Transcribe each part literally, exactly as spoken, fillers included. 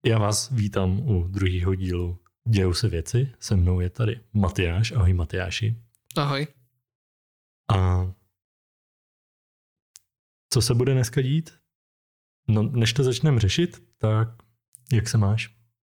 Já vás vítám u druhého dílu Dějou se věci. Se mnou je tady Matyáš. Ahoj Matyáši. Ahoj. A co se bude dneska dít? No, než to začneme řešit, tak jak se máš?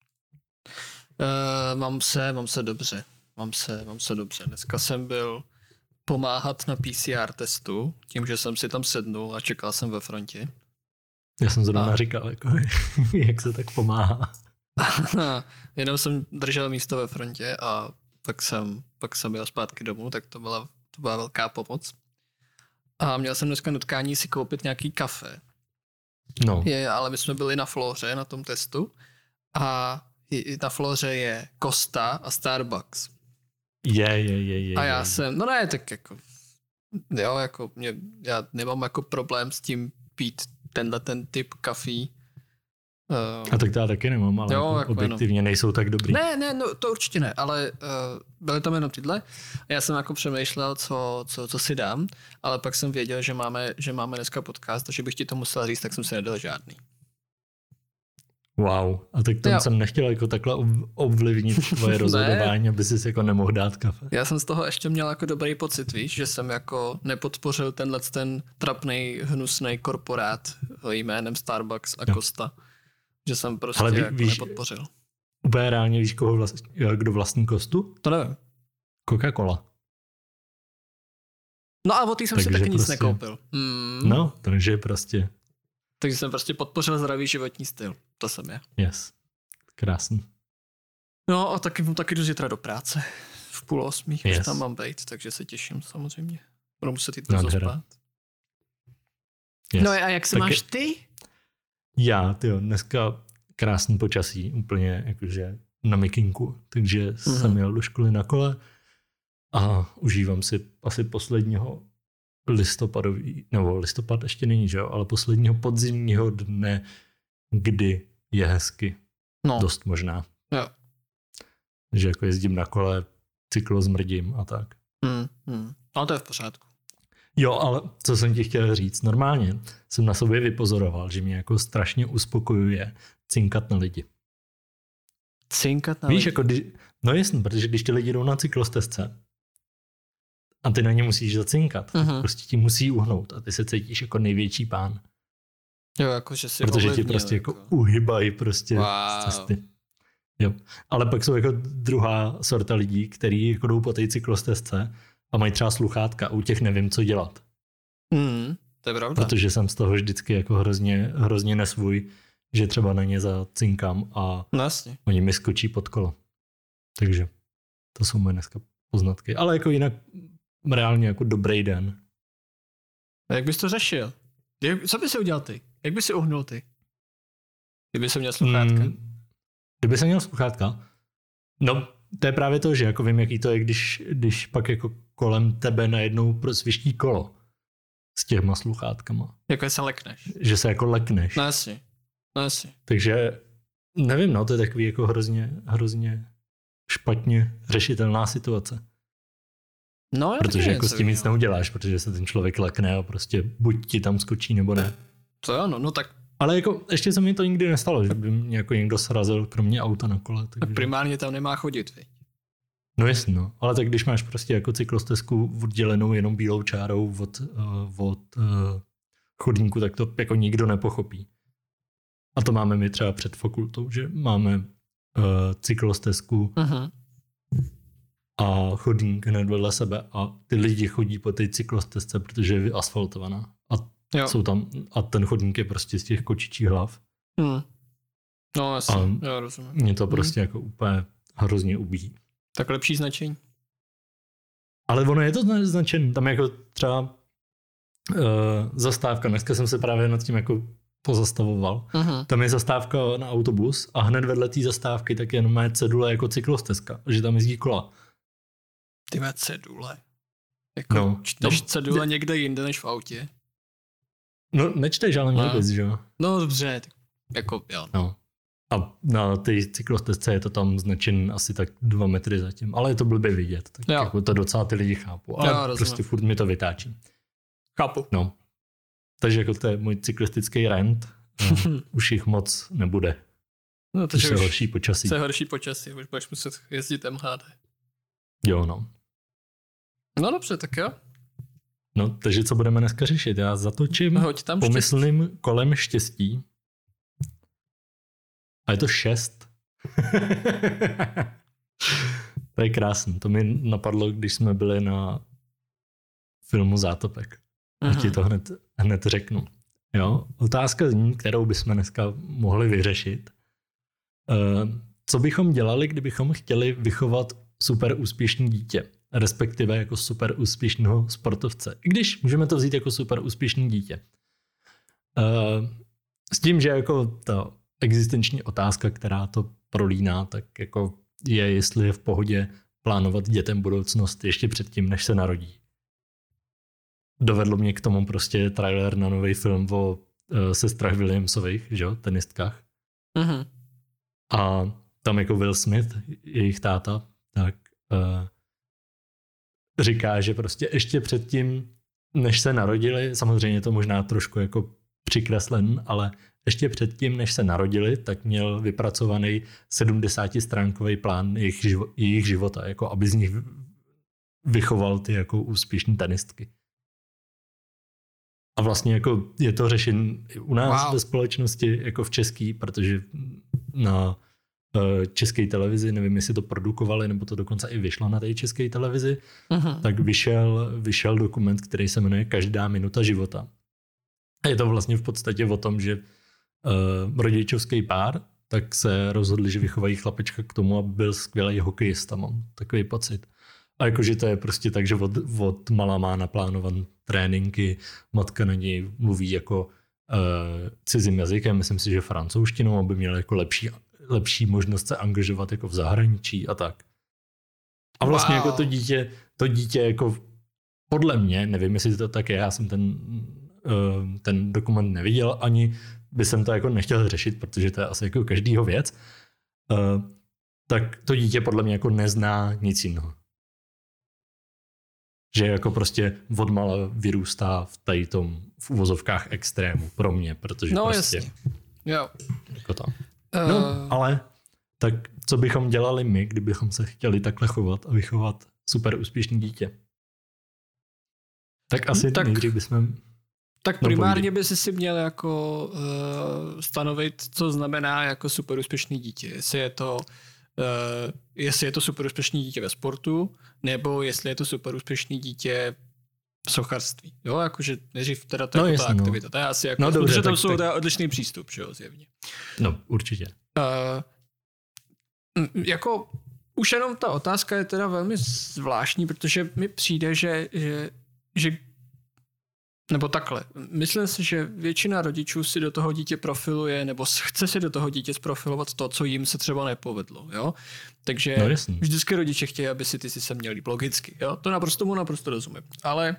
Uh, mám se, mám se dobře. Mám se, mám se dobře. Dneska jsem byl pomáhat na P C R testu, tím, že jsem si tam sednul a čekal jsem ve frontě. Já jsem zrovna a... říkal, jako, jak se tak pomáhá. Jenom jsem držel místo ve frontě a pak jsem, pak jsem jel zpátky domů, tak to byla, to byla velká pomoc. A měl jsem dneska nutkání si koupit nějaký kafe. No. Je, ale my jsme byli na Floře na tom testu a na Floře je Costa a Starbucks. Je, je, je, je. A já je. jsem, no ne, tak jako, jo, jako mě, já nemám jako problém s tím pít tenhle ten typ kafí. Uh, a tak to já taky nemám, ale jo, jako jako objektivně no. nejsou tak dobrý. Ne, ne, no to určitě ne, ale uh, byly tam jenom tyhle. Já jsem jako přemýšlel, co, co, co si dám, ale pak jsem věděl, že máme, že máme dneska podcast a že bych ti to musel říct, tak jsem si nedal žádný. Wow, a tak tam jsem nechtěl jako takhle ovlivnit tvoje rozhodování, aby jsi jako nemohl dát kafe. Já jsem z toho ještě měl jako dobrý pocit, víš, že jsem jako nepodpořil tenhle ten trapnej, hnusnej korporát jménem Starbucks a Costa. Že jsem prostě ale ví, jako víš, nepodpořil. Úplně reálně víš, koho vlastní, kdo vlastní Costu? To nevím. Coca-Cola. No a o tý jsem takže si taky prostě, nic nekoupil. Mm. No, takže prostě... Takže jsem prostě podpořil zdravý životní styl. To jsem je. Yes. Krásný. No a taky, taky jdu zítra do práce. V půl osmí, yes. už tam mám být, takže se těším samozřejmě. Budu muset jít brzo spát. Yes. No a jak se tak máš ty? Já, tyjo, dneska krásný počasí, úplně jakože na mikinku, takže mm-hmm. jsem jel do školy na kole a užívám si asi posledního listopadový, nebo listopad ještě není, že jo, ale posledního podzimního dne, kdy je hezky. No. Dost možná. Jo. Že jako jezdím na kole, cyklo zmrdím a tak. Mm, mm. Ale to je v pořádku. Jo, ale co jsem ti chtěl říct, normálně jsem na sobě vypozoroval, že mě jako strašně uspokojuje cinkat na lidi. Cinkat na Víš, lidi? jako, když, no jasně, protože když ty lidi jdou na cyklostezce a ty na ně musíš zacinkat, uh-huh. tak prostě ti musí uhnout a ty se cítíš jako největší pán. Jo, jako, že si protože ovlivnil, ti prostě jako, jako uhybají prostě wow. z cesty. Jo. Ale pak jsou jako druhá sorta lidí, kteří jako jdou po té cyklostezce a mají třeba sluchátka a u těch nevím, co dělat. Mm, to je pravda. Protože jsem z toho vždycky jako hrozně, hrozně nesvůj, že třeba na ně zacinkám a no, jasně. oni mi skočí pod kolo. Takže to jsou moje dneska poznatky. Ale jako jinak reálně jako dobrý den. A jak bys to řešil? Co bys si udělal ty? Jak bys si uhnul ty? Kdyby jsem měl sluchátka? Mm, kdyby jsem měl sluchátka? No, to je právě to, že jako vím, jaký to je, když, když pak jako kolem tebe najednou prosviští kolo s těma sluchátkama. Jako se lekneš. Že se jako lekneš. No jasně. No jasně. Takže nevím, no, to je takový jako hrozně, hrozně špatně řešitelná situace. No, protože jako s tím nic neuděláš, protože se ten člověk lekne a prostě buď ti tam skočí, nebo ne. To jo, no, no tak. Ale jako ještě se mi to nikdy nestalo, že by mě jako někdo srazil kromě auta na kole. Takže... Tak primárně tam nemá chodit, viď? No jasně, no. Ale tak když máš prostě jako cyklostezku oddělenou jenom bílou čárou od, uh, od uh, chodníku, tak to jako nikdo nepochopí. A to máme my třeba před fakultou, že máme uh, cyklostezku uh-huh. a chodník hned vedle sebe a ty lidi chodí po té cyklostezce, protože je vyasfaltovaná. A, jsou tam, a ten chodník je prostě z těch kočičích hlav. Hmm. No jasně, a já rozumím. Mě to prostě hmm. jako úplně hrozně ubíjí. Tak lepší značení. Ale ono je to značený. Tam jako třeba uh, zastávka. Dneska jsem se právě nad tím jako pozastavoval. Uh-huh. Tam je zastávka na autobus a hned vedle té zastávky tak jenom má cedule jako cyklostezka, že tam jezdí kola. Ty má cedule. Jako no, čteš no, cedule d- někde jinde než v autě? No nečteš, ale měl bys, že jo? No dobře, tak jako jo. No. A na té cyklostezce je to tam značen asi tak dva metry zatím, ale je to blbě vidět, tak jako to docela ty lidi chápu, ale jo, prostě furt mi to vytáčí. Chápu. No. Takže jako to je můj cyklistický rant, už jich moc nebude. No, to je horší počasí. To je horší počasí, už budeš muset jezdit M H D. Jo, no. No dobře, tak jo. No, takže co budeme dneska řešit? Já zatočím tam pomyslným štěstí. kolem štěstí. A je to šest. To je krásný. To mi napadlo, když jsme byli na filmu Zátopek. A ti to hned, hned řeknu. Jo? Otázka zní, kterou bychom dneska mohli vyřešit. Co bychom dělali, kdybychom chtěli vychovat super úspěšný dítě? Respektive jako super úspěšného sportovce. I když můžeme to vzít jako super úspěšný dítě. S tím, že jako ta existenční otázka, která to prolíná, tak jako je, jestli je v pohodě plánovat dětem budoucnost ještě předtím, než se narodí. Dovedlo mě k tomu prostě trailer na nový film o uh, sestrách Williamsových, že jo, tenistkách. Uh-huh. A tam jako Will Smith, jejich táta, tak uh, říká, že prostě ještě předtím, než se narodili, samozřejmě to možná trošku jako přikreslen, ale ještě předtím, než se narodili, tak měl vypracovaný sedmdesátistránkový plán jejich, živo- jejich života, jako aby z nich vychoval ty jako úspěšné tenistky. A vlastně jako je to řešen u nás wow. ve společnosti, jako v český, protože na uh, české televizi, nevím, jestli to produkovali, nebo to dokonce i vyšlo na té české televizi, uh-huh. tak vyšel, vyšel dokument, který se jmenuje Každá minuta života. A je to vlastně v podstatě o tom, že uh, rodičovský pár tak se rozhodli, že vychovají chlapečka k tomu, aby byl skvělý hokejista, mám takový pocit. A jakože to je prostě tak, že od, od malá má naplánovan tréninky, matka na něj mluví jako uh, cizím jazykem, myslím si, že francouzštinou, aby měl jako lepší, lepší možnost se angažovat jako v zahraničí a tak. A vlastně wow. jako to dítě, to dítě jako podle mě, nevím, jestli to tak je, já jsem ten, uh, ten dokument neviděl, ani by jsem to jako nechtěl řešit, protože to je asi jako každýho věc, uh, tak to dítě podle mě jako nezná nic jiného. Že jako prostě odmala vyrůstá v tady tom v uvozovkách extrému pro mě, protože no, prostě... Jasně. Jo. Jako to. Uh... No, ale tak co bychom dělali my, kdybychom se chtěli takhle chovat a vychovat super úspěšný dítě? Tak asi tak, nejdřív bychom... Tak primárně by si měl jako uh, stanovit, co znamená jako super úspěšný dítě. Jestli je to Uh, jestli je to super úspěšný dítě ve sportu, nebo jestli je to super úspěšný dítě v sochařství. Jo, jakože nejdřív teda to no, je jasný, ta aktivita. No. To je asi jako, no, dobře, protože tam tak, jsou tak... teda odlišný přístup, že jo, zjevně. No, určitě. Uh, jako už jenom ta otázka je teda velmi zvláštní, protože mi přijde, že, že, že nebo takhle. Myslím si, že většina rodičů si do toho dítě profiluje, nebo chce si do toho dítě zprofilovat to, co jim se třeba nepovedlo. Jo? Takže no, vždycky rodiče chtějí, aby si ty si se měl líp logicky. Jo? To naprosto mu naprosto rozumím. Ale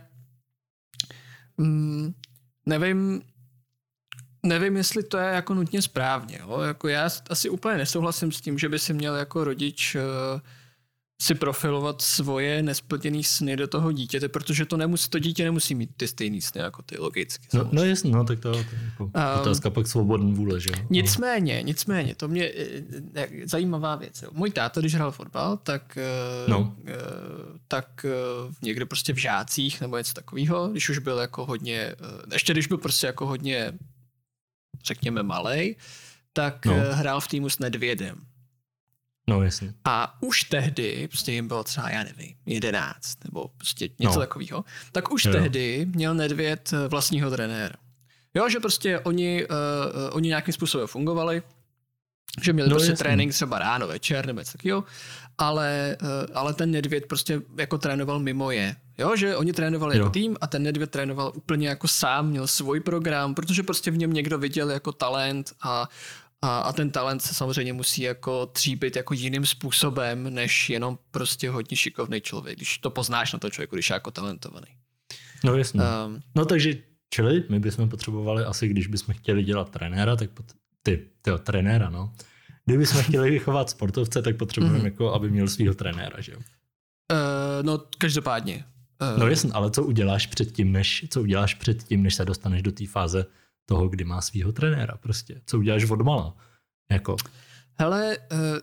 mm, nevím, nevím, jestli to je jako nutně správně. Jo? Jako já asi úplně nesouhlasím s tím, že by si měl jako rodič uh, si profilovat svoje nesplněné sny do toho dítěte, protože to, nemusí, to dítě nemusí mít ty stejný sny jako ty logicky. No, no jasně, no tak to je jako um, otázka pak svobodný vůle, že jo? Nicméně, nicméně, to mě je zajímavá věc. Jo. Můj táta, když hrál fotbal, tak, no. tak někde prostě v žácích nebo něco takového, když už byl jako hodně, ještě když byl prostě jako hodně, řekněme, malej, tak no. hrál v týmu s Nedvědem. No, jasně. A už tehdy, prostě jim bylo třeba, já nevím, jedenáct, nebo prostě něco no. takového, tak už jo. tehdy měl Nedvěd vlastního trenéra. Jo, že prostě oni, uh, oni nějakým způsobem fungovali, že měli no, prostě jasný. trénink třeba ráno, večer, nebo něco takového, ale, uh, ale ten Nedvěd prostě jako trénoval mimo je. Jo, že oni trénovali jo. jako tým a ten Nedvěd trénoval úplně jako sám, měl svůj program, protože prostě v něm někdo viděl jako talent a A, a ten talent se samozřejmě musí jako tříbit jako jiným způsobem, než jenom prostě hodně šikovný člověk, když to poznáš na to člověku, když je jako talentovaný. No jasně. Um, no takže, čili my bychom potřebovali asi, když bychom chtěli dělat trenéra, tak pot, ty, tyjo, trenéra, no. Kdybychom chtěli vychovat sportovce, tak potřebujeme mm-hmm. jako, aby měl svýho trenéra, že jo? Uh, no každopádně. Uh, no jasně, ale co uděláš předtím, než, co uděláš předtím, než se dostaneš do té fáze toho, kdy má svýho trenéra prostě. Co uděláš odmala? Jako. Hele, uh,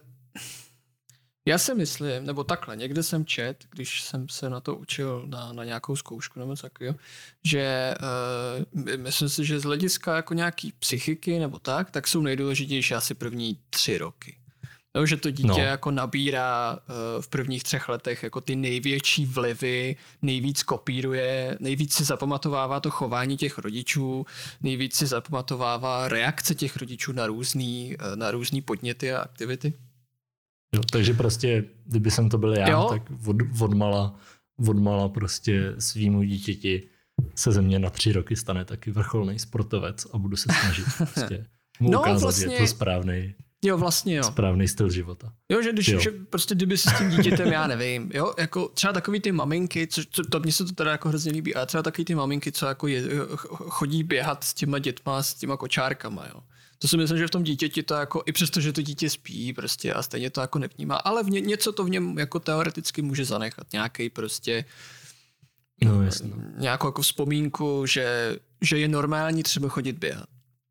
já si myslím, nebo takhle, někde jsem čet, když jsem se na to učil na, na nějakou zkoušku nebo takového, že uh, myslím si, že z hlediska jako nějaký psychiky nebo tak, tak jsou nejdůležitější asi první tři roky. No, že to dítě no. jako nabírá uh, v prvních třech letech jako ty největší vlivy, nejvíc kopíruje, nejvíc si zapamatovává to chování těch rodičů, nejvíc si zapamatovává reakce těch rodičů na různý, uh, na různý podněty a aktivity. Jo, takže prostě, kdyby jsem to byl já, jo. tak od, odmala, odmala prostě svýmu dítěti se ze mě na tři roky stane taky vrcholný sportovec a budu se snažit prostě mu no, ukázat, vlastně... že je to správný. Jo, vlastně jo. Správný styl života. Jo, že když, jo. že prostě kdyby si s tím dítětem, já nevím, jo, jako třeba takový ty maminky, co, co to mně se to teda jako hrozně líbí, ale třeba takový ty maminky, co jako je, chodí běhat s těma dětma, s těma kočárkama, jo. To si myslím, že v tom dítěti to jako, i přesto, že to dítě spí prostě a stejně to jako nevnímá, ale v ně, něco to v něm jako teoreticky může zanechat, nějaký prostě no, jasně. nějakou jako vzpomínku, že, že je normální třeba chodit běhat.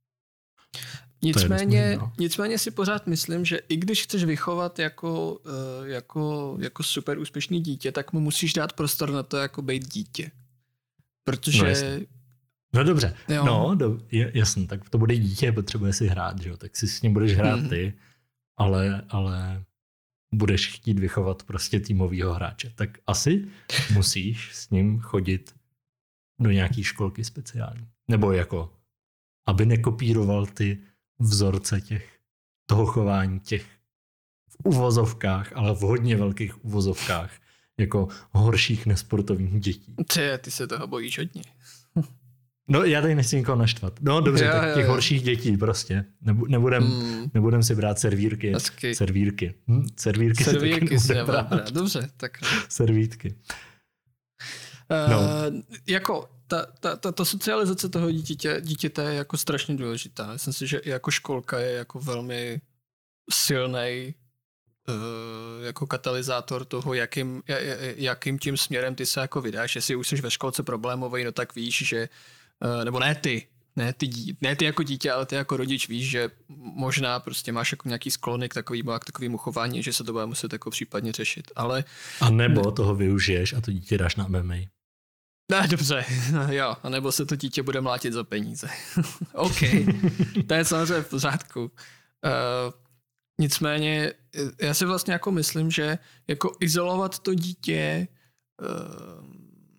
Nicméně, no. nicméně si pořád myslím, že i když chceš vychovat jako, jako, jako super úspěšný dítě, tak mu musíš dát prostor na to jako být dítě. Protože... No, no dobře, jo. no do, jasně, tak to bude dítě, potřebuje si hrát, že jo? Tak si s ním budeš hrát mm. ty, ale, ale budeš chtít vychovat prostě týmovýho hráče. Tak asi musíš s ním chodit do nějaký školky speciální. Nebo jako, aby nekopíroval ty vzorce těch, toho chování těch v uvozovkách, ale v hodně velkých uvozovkách, jako horších nesportovních dětí. Ty, ty se toho bojíš hodně. No já tady nechci nikoho naštvat. No dobře, jo, tak těch jo, jo. horších dětí prostě. Nebudem, mm. nebudem si brát servírky. Hezky. Servírky. Hm? Servírky, servírky si brát. brát. Dobře, tak. Servítky. Uh, no. Jako ta, ta, ta, ta socializace toho dítěte, dítěte je jako strašně důležitá. Myslím si, že i jako školka je jako velmi silnej uh, jako katalyzátor toho, jakým, jakým tím směrem ty se jako vydáš. Jestli už jsi ve školce problémový, no tak víš, že uh, nebo ne ty, ne ty, dí, ne ty jako dítě, ale ty jako rodič víš, že možná prostě máš jako nějaký sklony k takovému a k takovému chování, že se to bude muset jako případně řešit. Ale a nebo toho využiješ a to dítě dáš na M M A. Ne, dobře, jo, anebo se to dítě bude mlátit za peníze. OK, to je samozřejmě v pořádku. Uh, nicméně, já si vlastně jako myslím, že jako izolovat to dítě uh,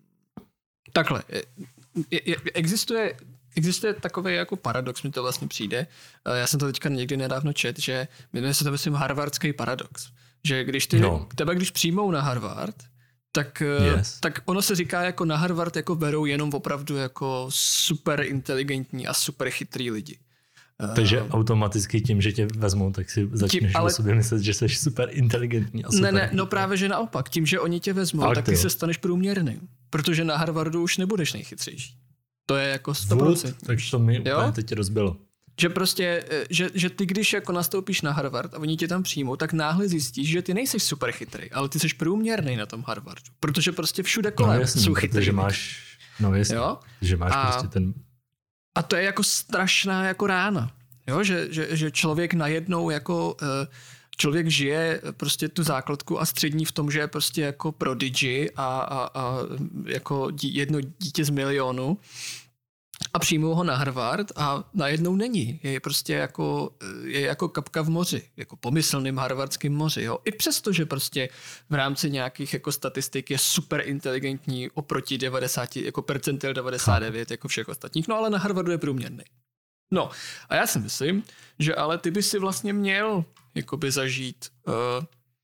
takhle, je, je, existuje, existuje takový jako paradox, mi to vlastně přijde. Uh, já jsem to teďka někdy nedávno čet, že jmenuje se to myslím harvardský paradox, že když ty, no. tebe když přijmou na Harvard, Tak, yes. tak ono se říká jako na Harvard jako berou jenom opravdu jako super inteligentní a super chytrý lidi. Takže uh, automaticky tím, že tě vezmou, tak si začneš tím, ale... o sobě myslet, že jsi super inteligentní a super Ne, ne, chytrý. no právě, že naopak. Tím, že oni tě vezmou, ale tak ty jo. se staneš průměrným. Protože na Harvardu už nebudeš nejchytřejší. To je jako sto procent. Tak to mi úplně teď rozbilo. Že prostě, že, že ty když jako nastoupíš na Harvard a oni tě tam přijmou, tak náhle zjistíš, že ty nejseš super chytrý, ale ty jsi průměrný na tom Harvardu. Protože prostě všude kolem no, jasný, jsou chytrý. Že máš, no jasný, jo? že máš a, prostě ten... A to je jako strašná jako rána. Jo? Že, že, že člověk najednou jako... Člověk žije prostě tu základku a střední v tom, že je prostě jako prodigy a, a, a jako dí, jedno dítě z milionu. A přijmou ho na Harvard a najednou není. Je prostě jako, je jako kapka v moři, jako pomyslným harvardským moři. Jo? I přesto, že prostě v rámci nějakých jako statistik je super inteligentní oproti devadesát, jako percentil devadesát devět, jako všech ostatních, no ale na Harvardu je průměrný. No a já si myslím, že ale ty by si vlastně měl jakoby zažít, uh,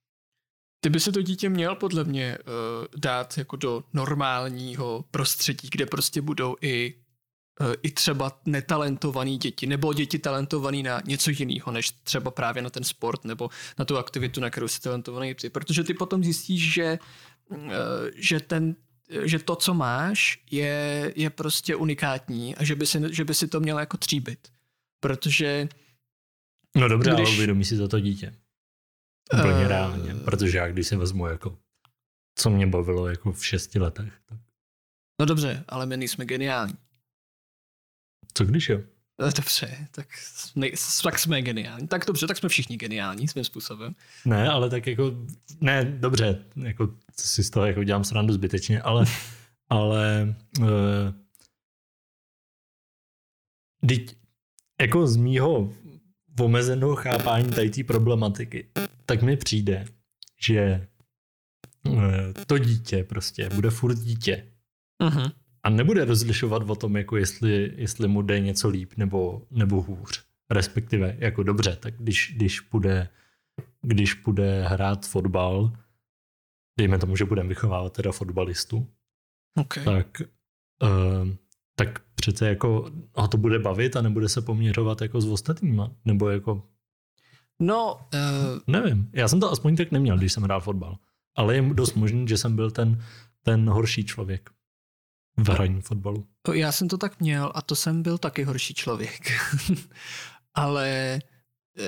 ty by si to dítě měl podle mě uh, dát jako do normálního prostředí, kde prostě budou i i třeba netalentovaný děti, nebo děti talentovaný na něco jiného, než třeba právě na ten sport, nebo na tu aktivitu, na kterou si talentovaný ty. Protože ty potom zjistíš, že, že, ten, že to, co máš, je, je prostě unikátní a že by, si, že by si to měl jako tříbit. Protože... No dobře, když... ale uvědomí si za to dítě. Úplně uh... reálně. Protože já když si vezmu jako, co mě bavilo jako v šesti letech. Tak... No dobře, ale my nejsme geniální. Co když jo? Dobře, tak jsme, tak jsme geniální. Tak dobře, tak jsme všichni geniální svým způsobem. Ne, ale tak jako, ne, dobře, jako si z toho jako dělám srandu zbytečně, ale, ale uh, teď, jako z mýho omezeného chápání tady té problematiky, tak mi přijde, že uh, to dítě prostě bude furt dítě. Uh-huh. A nebude rozlišovat o tom, jako jestli, jestli mu jde něco líp nebo, nebo hůř. Respektive, jako dobře, tak když, když, půjde, když půjde hrát fotbal, dejme tomu, že budeme vychovávat teda fotbalistu, okay. tak, uh, tak přece jako ho to bude bavit a nebude se poměřovat jako s ostatníma. Nebo jako... No, uh... nevím. Já jsem to aspoň tak neměl, když jsem hrál fotbal. Ale je dost možný, že jsem byl ten, ten horší člověk v hraní fotbalu. Já jsem to tak měl a to jsem byl taky horší člověk. Ale e,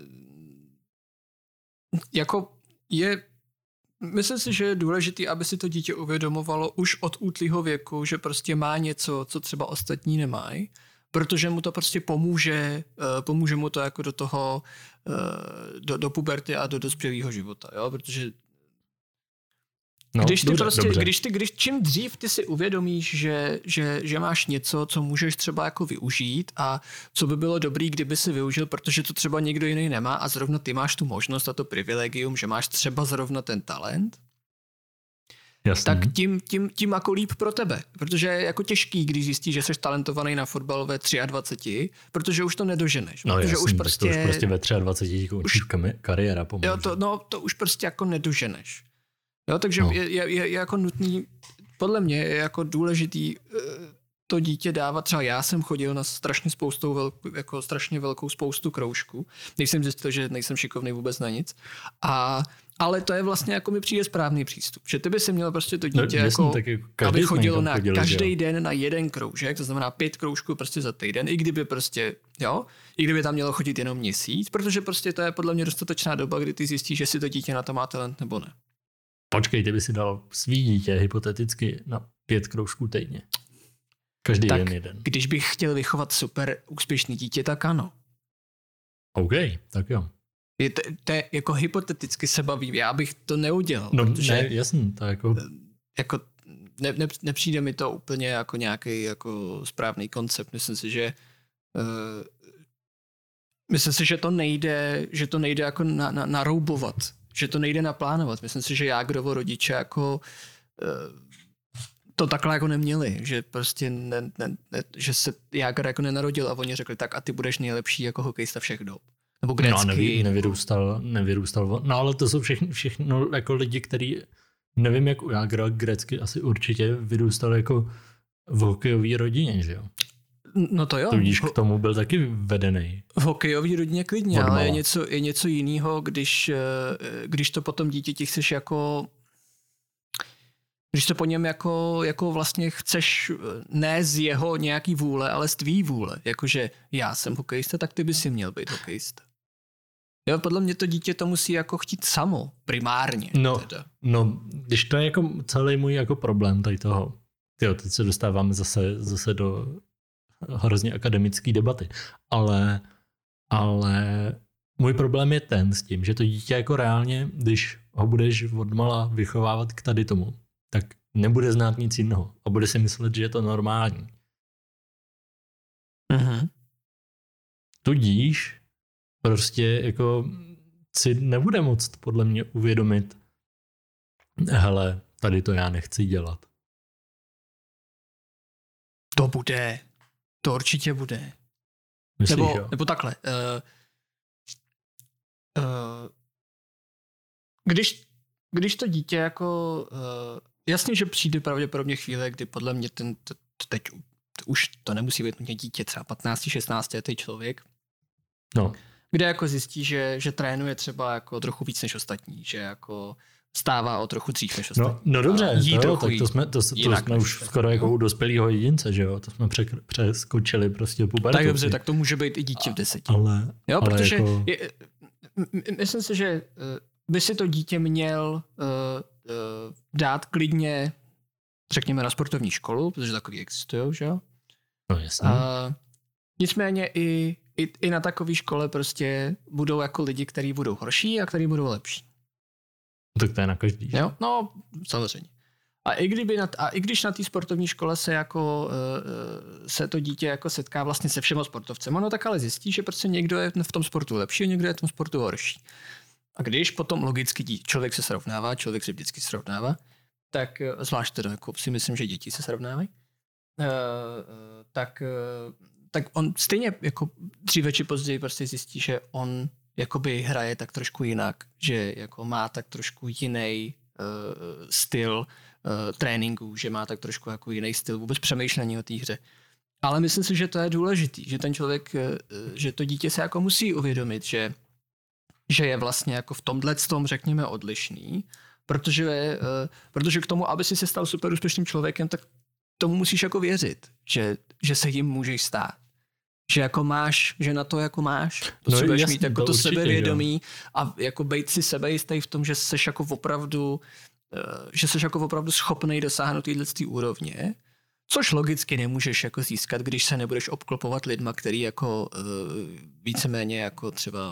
jako je, myslím si, že je důležitý, aby si to dítě uvědomovalo už od útlýho věku, že prostě má něco, co třeba ostatní nemají, protože mu to prostě pomůže, pomůže mu to jako do toho, do, do puberty a do dospělého života, jo, protože No, když ty dobře, prostě, dobře. když ty, když čím dřív ty si uvědomíš, že, že, že máš něco, co můžeš třeba jako využít a co by bylo dobrý, kdyby si využil, protože to třeba někdo jiný nemá a zrovna ty máš tu možnost a to privilegium, že máš třeba zrovna ten talent, Jasný. tak tím, tím, tím jako líp pro tebe. Protože je jako těžký, když zjistíš, že jsi talentovaný na fotbal ve dvaceti třech, protože už to nedoženeš. No protože jasný, už prostě, to už prostě ve dvaceti třech končí kariéra pomůže. Jo, to, no, to už prostě jako nedoženeš. Jo, takže no. je, je, je jako nutný, podle mě je jako důležitý to dítě dávat. Třeba já jsem chodil na strašně spoustu velkou, jako strašně velkou spoustu kroužků. Když jsem zjistil, že nejsem šikovný vůbec na nic. A, ale to je vlastně jako mi přijde správný přístup. Že ty by si měl prostě to dítě no, jako, aby chodilo na chodili, každý den na jeden kroužek, to znamená pět kroužků prostě za týden, i kdyby prostě, jo, i kdyby tam mělo chodit jenom měsíc, protože prostě to je podle mě dostatečná doba, kdy ty zjistíš, že si to dítě na to má talent nebo ne. Počkej, ty by si dal svý dítě hypoteticky na pět kroužků týdně. Každý tak den jeden. Když bych chtěl vychovat super úspěšný dítě, tak ano. OK, tak jo. Je to, to je, jako hypoteticky se bavím, já bych to neudělal. No protože, ne, jasný, to jako... jako ne, ne, nepřijde mi to úplně jako nějaký jako správný koncept. Myslím si, že uh, myslím si, že to nejde, že to nejde jako na, na, naroubovat. Že to nejde naplánovat. Myslím si, že Jágrovo rodiče jako to takhle jako neměli, že prostě ne, ne, ne, že se Jágr jako nenarodil a oni řekli tak a ty budeš nejlepší jako hokejista všech dob. Nebo grecký. No nevy, nevyrůstal, nevyrůstal. No ale to jsou všechny, všechno jako lidi, kteří nevím jak u Jágra, grecky asi určitě vyrůstal jako v hokejové rodině, že jo? No to jo. Tudíž k tomu byl taky vedený. V hokejové rodině klidně, ale je něco, je něco jiného, když, když to potom dítěti chceš jako, když to po něm jako, jako vlastně chceš ne z jeho nějaký vůle, ale z tvý vůle. Jakože já jsem hokejista, tak ty by si měl být hokejista. Jo, podle mě to dítě to musí jako chtít samo, primárně. No, teda. no když to je jako celý můj jako problém tady toho. Tyjo, teď se dostáváme zase, zase do hrozně akademické debaty. Ale, ale můj problém je ten s tím, že to dítě jako reálně, když ho budeš odmala vychovávat k tady tomu, tak nebude znát nic jiného a bude si myslet, že je to normální. Mhm. Tudíž prostě jako si nebude moct podle mě uvědomit, hele, tady to já nechci dělat. To bude. To určitě bude. Myslíš, nebo, jo? nebo takhle. Uh, uh, když, když to dítě jako... Uh, jasně, že přijde pravděpodobně chvíle, kdy podle mě ten... T, teď t, už to nemusí být mě dítě, třeba patnáct šestnáct letý člověk. No. Kde jako zjistí, že, že trénuje třeba jako trochu víc než ostatní. Že jako stává o trochu dřív než ostatní. No, no dobře, jí to, trochu tak to jsme, to, to jsme už skoro jako u dospělého jedince, že jo? To jsme pře, přeskočili prostě pubertu. Tak dobře, tak to může být i dítě v deseti. Ale, jo, ale protože jako... je, myslím si, že by si to dítě měl uh, uh, dát klidně, řekněme, na sportovní školu, protože takový existují, že jo? No jasně. Uh, Nicméně i, i, i na takové škole prostě budou jako lidi, kteří budou horší a kteří budou lepší. Tak to je na každý. Jo? No, samozřejmě. A i, kdyby na, a i když na té sportovní škole se jako uh, se to dítě jako setká vlastně se všema sportovcem, ono tak ale zjistí, že prostě někdo je v tom sportu lepší a někdo je v tom sportu horší. A když potom logicky dí, člověk se srovnává, člověk se vždycky srovnává, tak zvlášť teda jako si myslím, že děti se srovnávají, uh, uh, tak, uh, tak on stejně jako dříve či později prostě zjistí, že on jakoby hraje tak trošku jinak, že jako má tak trošku jiný uh, styl uh, tréninku, že má tak trošku jako jiný styl vůbec přemýšlení o té hře. Ale myslím si, že to je důležitý, že ten člověk, uh, že to dítě se jako musí uvědomit, že, že je vlastně jako v tomhletom, řekněme, odlišný, protože, uh, protože k tomu, aby si se stal super úspěšným člověkem, tak tomu musíš jako věřit, že, že se jim můžeš stát. Že jako máš, že na to jako máš, potřebuješ no, mít jako to, to sebevědomí jo. A jako bejt si sebejistý v tom, že seš jako opravdu, že seš jako opravdu schopnej dosáhnout této úrovně, což logicky nemůžeš jako získat, když se nebudeš obklopovat lidma, který jako víceméně jako třeba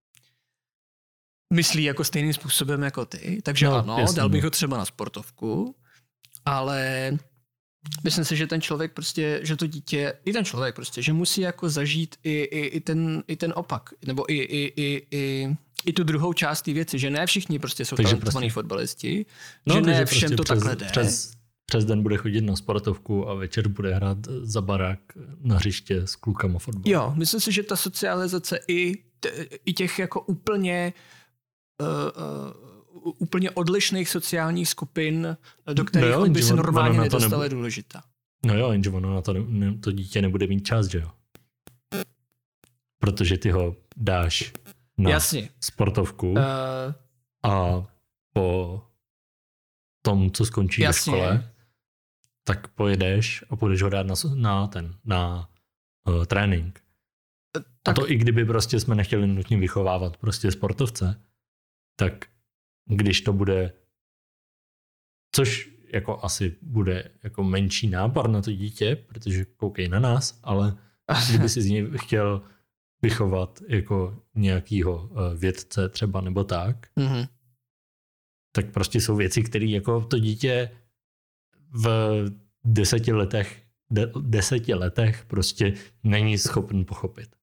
myslí jako stejným způsobem jako ty. Takže no, ano, jasný. Dal bych ho třeba na sportovku, ale myslím si, že ten člověk prostě, že to dítě, i ten člověk prostě, že musí jako zažít i, i, i, ten, i ten opak, nebo i, i, i, i, i tu druhou část té věci, že ne všichni prostě jsou talentovaní prostě fotbalisti, no, že ne všem prostě to přes, takhle jde. Přes, přes den bude chodit na sportovku a večer bude hrát za barák na hřiště s klukama fotbal. Jo, myslím si, že ta socializace i, i těch jako úplně uh, uh, úplně odlišných sociálních skupin, do kterých no jo, by se normálně nedostala nebu... důležitá. No jo, jenže ono na to, ne, to dítě nebude mít čas, že jo? Protože ty ho dáš na Jasně. sportovku uh... a po tom, co skončí ve škole, tak pojedeš a půjdeš ho dát na, na ten, na uh, trénink. Tak... A to i kdyby prostě jsme nechtěli nutně vychovávat prostě sportovce, tak když to bude, což jako asi bude jako menší nápor na to dítě, protože koukej na nás, ale kdyby si z něj chtěl vychovat jako nějakýho vědce třeba nebo tak, mm-hmm. tak prostě jsou věci, které jako to dítě v deseti letech, de, deseti letech prostě není schopen pochopit.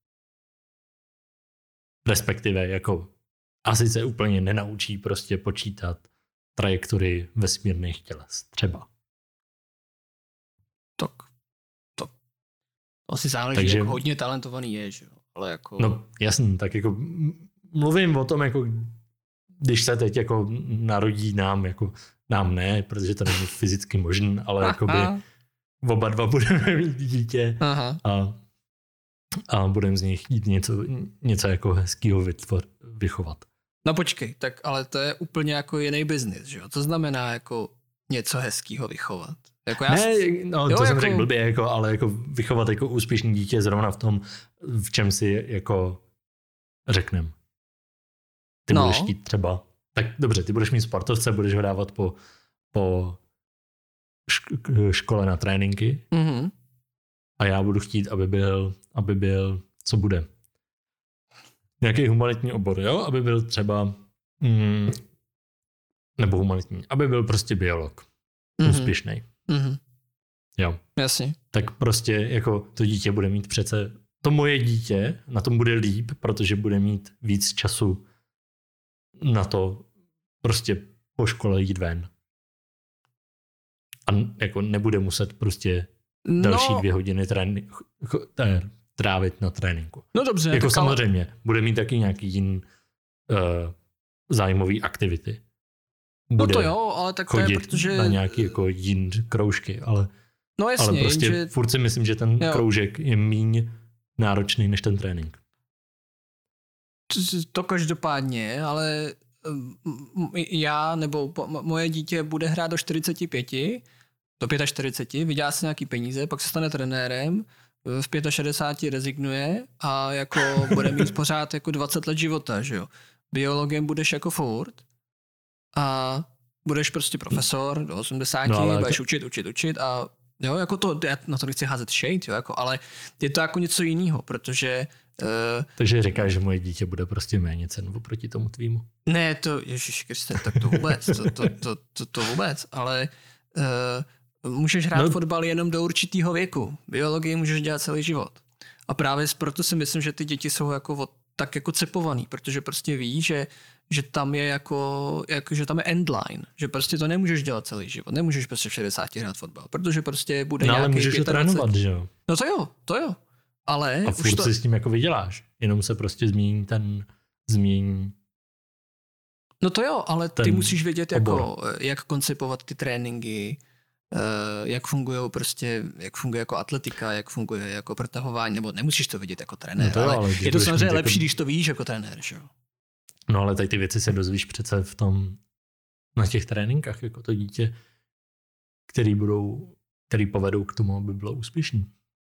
Respektive jako asi se úplně nenaučí prostě počítat trajektory vesmírných těles. Třeba. Tak. To, to asi záleží, Takže, jak hodně talentovaný je, že jo. Ale jako... No jasný, tak jako mluvím o tom, jako když se teď jako narodí nám, jako nám ne, protože to není fyzicky možné, ale jakoby oba dva budeme mít dítě Aha. a a budeme z něj chtít něco, něco jako hezkýho vytvor, vychovat. No počkej, tak ale to je úplně jako jiný biznis, že jo? To znamená jako něco hezkýho vychovat. Jako já ne, no jo, to jako... jsem řekl blbě, jako, ale jako vychovat jako úspěšný dítě zrovna v tom, v čem si jako řeknem. Ty no. budeš chtít třeba, tak dobře, ty budeš mít sportovce, budeš ho dávat po, po škole na tréninky mm-hmm. a já budu chtít, aby byl, aby byl, co bude? Nějaký humanitní obor, jo? Aby byl třeba, mm, nebo humanitní, aby byl prostě biolog. Mm-hmm. Úspěšnej. Mm-hmm. Jo. Jasně. Tak prostě jako to dítě bude mít přece, to moje dítě na tom bude líp, protože bude mít víc času na to prostě po škole jít ven. A jako nebude muset prostě no. další dvě hodiny trénink, trávit na tréninku. No dobře. Jako samozřejmě, ale... bude mít taky nějaký jiný uh, zájmový aktivity. Bude no to jo, ale tak to je, protože... na nějaký jako jiný kroužky, ale, no jasně, ale prostě že... furt si myslím, že ten jo. kroužek je míň náročný než ten trénink. To každopádně, ale já nebo moje dítě bude hrát do čtyřicet pět, do čtyřicet pět, vydělá si nějaký peníze, pak se stane trenérem, v šedesát pět rezignuje a jako bude mít pořád jako dvacet let života, že jo. Biologem budeš jako furt a budeš prostě profesor do osmdesáti, no, budeš to... učit, učit, učit a Jo, jako to, já na to nechci házet shade, jo, jako, ale je to jako něco jiného, protože... Uh, Takže říkáš, že moje dítě bude prostě méně cen oproti tomu tvýmu? Ne, to, Ježíš Kriste, tak to vůbec, to, to, to, to, to vůbec, ale uh, můžeš hrát no. fotbal jenom do určitého věku. Biologii můžeš dělat celý život. A právě proto si myslím, že ty děti jsou jako od, tak jako cepovaný, protože prostě ví, že, že tam je jako, jako, že tam je endline, že prostě to nemůžeš dělat celý život, nemůžeš prostě v šedesáti hrát fotbal, protože prostě bude no, nějaký ale můžeš to trénovat, že jo? No to jo, to jo. Ale a furt to... si s tím jako vyděláš, jenom se prostě změní ten, změní. No to jo, ale ty musíš vědět, jako, jak koncipovat ty tréninky, jak fungují prostě, jak funguje jako atletika, jak funguje jako protahování, nebo nemusíš to vědět jako trenér, no to jo, ale, ale je to samozřejmě lepší, jako... když to víš jako trenér, že jo? No ale tady ty věci se dozvíš přece v tom, na těch tréninkách, jako to dítě, který budou, který povedou k tomu, aby bylo úspěšný.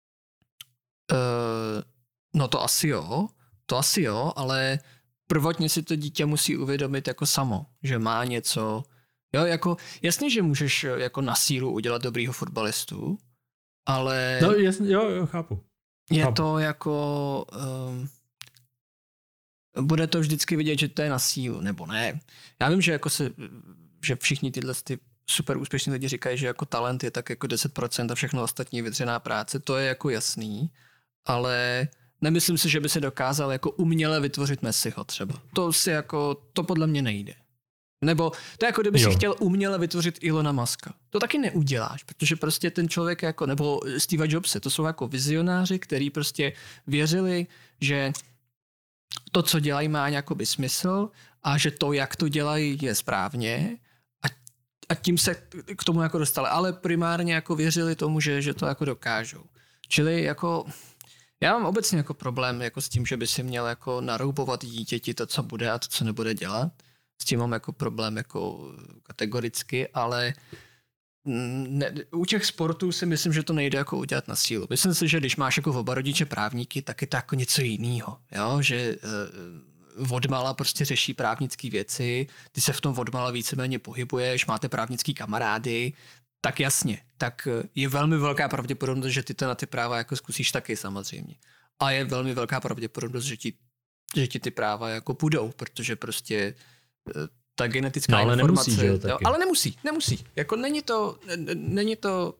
Uh, no to asi jo, to asi jo, ale prvotně si to dítě musí uvědomit jako samo, že má něco, jo, jako jasně, že můžeš jako na sílu udělat dobrýho fotbalistu, ale... No jasně, jo, jo, chápu. Je chápu. to jako... Um, bude to vždycky vidět, že to je na sílu, nebo ne. Já vím, že jako se, že všichni tyhle ty super úspěšní lidi říkají, že jako talent je tak jako deset procent a všechno ostatní vytřená práce, to je jako jasný, ale nemyslím si, že by se dokázal jako uměle vytvořit Messiho třeba. To si jako, to podle mě nejde. Nebo to je jako kdyby jo. si chtěl uměle vytvořit Elona Muska. To taky neuděláš, protože prostě ten člověk jako, nebo Steve Jobse, to jsou jako vizionáři, kteří prostě věřili, že to, co dělají, má nějaký smysl a že to, jak to dělají, je správně a, a tím se k tomu jako dostali. Ale primárně jako věřili tomu, že, že to jako dokážou. Čili jako... Já mám obecně jako problém jako s tím, že by si měl jako naroubovat dítěti to, co bude a to, co nebude dělat. S tím mám jako problém jako kategoricky, ale ne, u těch sportů si myslím, že to nejde jako udělat na sílu. Myslím si, že když máš jako oba rodiče právníky, tak je to jako něco jiného. Jo? Že uh, odmala prostě řeší právnické věci, ty se v tom odmala víceméně pohybuješ, máte právnický kamarády, tak jasně, tak je velmi velká pravděpodobnost, že ty to na ty práva jako zkusíš taky samozřejmě. A je velmi velká pravděpodobnost, že ti, že ti ty práva jako půjdou, protože prostě ta genetická no, ale informace... Nemusí, že jo, taky. Jo, ale nemusí, nemusí. Jako není to, není to,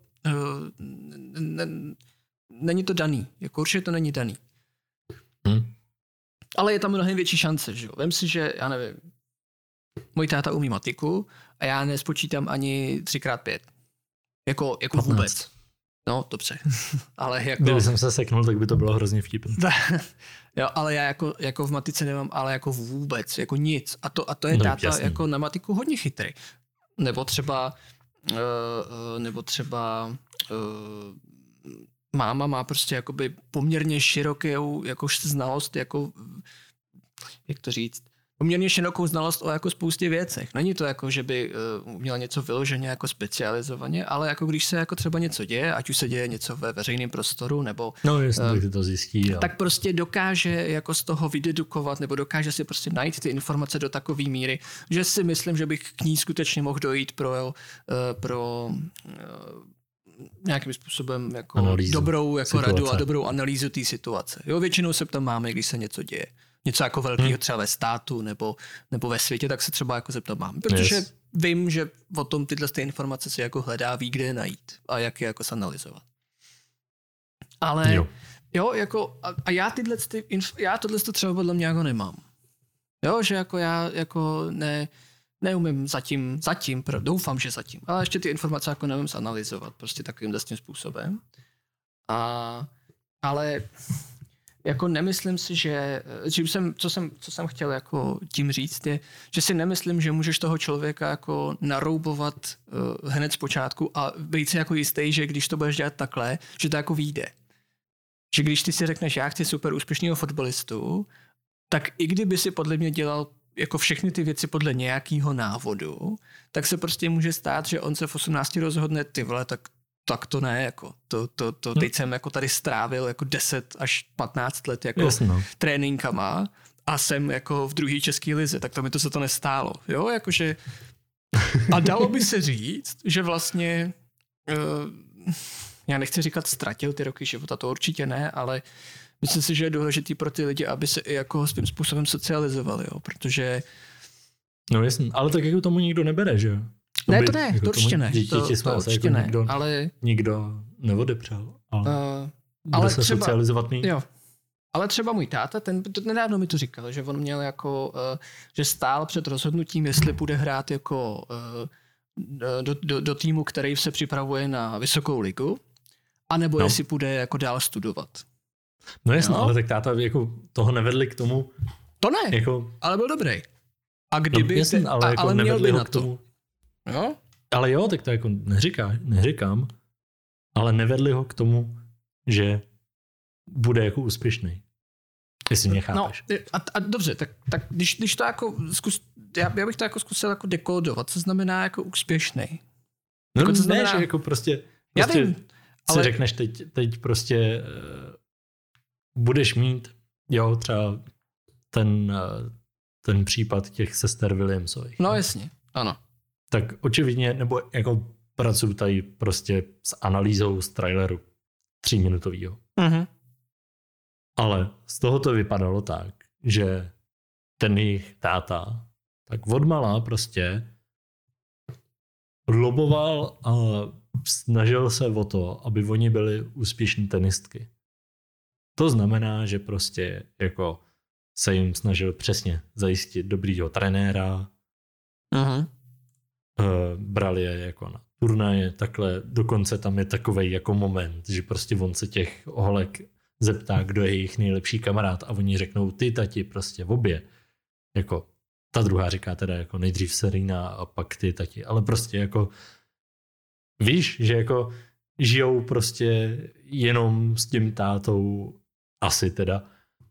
není to daný. Jako určitě to není daný. Hmm. Ale je tam mnohem větší šance, že jo. Vem si, že, já nevím, můj táta umí matiku a já nespočítám ani tři krát pět. Jako, jako vůbec. No, dobře. Ale jako... Kdyby jsem se seknul, tak by to bylo hrozně vtipné. Jo, ale já jako, jako v matice nemám, ale jako vůbec, jako nic. A to, a to je no, táta jasný. jako na matiku hodně chytrý. Nebo třeba, uh, nebo třeba uh, máma má prostě jakoby poměrně širokou jako znalost, jako, jak to říct, poměrně širokou znalost o jako spoustě věcech. Není to jako, že by uh, měla něco vyloženě jako specializovaně, ale jako když se jako třeba něco děje, ať už se děje něco ve veřejném prostoru, nebo no, jestli uh, to zjistí, jo. tak prostě dokáže jako z toho vydedukovat, nebo dokáže si prostě najít ty informace do takové míry, že si myslím, že bych k ní skutečně mohl dojít pro, uh, pro uh, nějakým způsobem jako analýzu, dobrou jako radu a dobrou analýzu té situace. Jo, většinou se tam máme, když se něco děje. Něco jako velkého hmm. třeba ve státu nebo, nebo ve světě, tak se třeba jako zeptat mám. Protože yes. vím, že o tom tyhle ty informace se jako hledá, ví, kde je najít a jak je jako zanalizovat. Ale jo, jo jako a, a já tyhle ty, inf, já tohle to třeba podle mě jako nemám. Jo, že jako já jako ne, neumím zatím, zatím, pro, doufám, že zatím, ale ještě ty informace jako nevím zanalizovat prostě takovým vlastním způsobem. A, ale jako nemyslím si, že, že jsem, co, jsem, co jsem chtěl jako tím říct je, že si nemyslím, že můžeš toho člověka jako naroubovat uh, hned z počátku a být si jako jistý, že když to budeš dělat takhle, že to jako vyjde. Že když ty si řekneš, já chci super úspěšného fotbalistu, tak i kdyby si podle mě dělal jako všechny ty věci podle nějakého návodu, tak se prostě může stát, že on se v osmnácti rozhodne, ty vole, tak tak to ne, jako to, to, to teď jsem jako tady strávil jako deset až patnáct let jako Jasno. tréninkama a jsem jako v druhé české lize, tak to mi to se to nestálo, jo, jakože a dalo by se říct, že vlastně uh, já nechci říkat ztratil ty roky života, to určitě ne, ale myslím si, že je důležitý pro ty lidi, aby se i jako svým způsobem socializovali, jo, protože... No jasně, ale tak jako tomu nikdo nebere, že jo? Ne, to ne, jako to určitě ne. Děti, to, to určitě jako ne, nikdo, ale... Nikdo neodepřel. Ale, uh, bude ale se třeba, socializovat mít? Jo. Ale třeba můj táta, ten to nedávno mi to říkal, že on měl jako, uh, že stál před rozhodnutím, jestli bude hrát jako uh, do, do, do týmu, který se připravuje na vysokou ligu, anebo no. jestli bude jako dál studovat. No jasně, ale tak táta jako toho nevedli k tomu. To ne, jako... ale byl dobrý. A kdyby, no, jasně, te, ale, a, jako ale měl by na k tomu. To. Jo? Ale jo, tak to jako neříká, neříkám, ale nevedli ho k tomu, že bude jako úspěšný. Jestli mě chápeš. No, a, a dobře, tak, tak když, když to jako zkus, já, já bych to jako zkusil jako dekodovat, co znamená jako úspěšný. No jako, ne, znamená... že jako prostě, já prostě vím, si ale... řekneš teď, teď prostě uh, budeš mít, jo, třeba ten, uh, ten případ těch sester Williamsových. No jasně, ano. Tak očividně, nebo jako pracuji tady prostě s analýzou z traileru tříminutovýho. Mhm. Ale z toho to vypadalo tak, že ten jejich táta tak odmala prostě loboval a snažil se o to, aby oni byli úspěšní tenistky. To znamená, že prostě jako se jim snažil přesně zajistit dobrýho trenéra, uh-huh. brali je jako na turnaje, takhle, dokonce tam je takovej jako moment, že prostě on se těch holek zeptá, kdo je jejich nejlepší kamarád a oni řeknou ty tati, prostě v obě. Jako ta druhá říká teda jako nejdřív Serena a pak ty tati, ale prostě jako víš, že jako žijou prostě jenom s tím tátou asi teda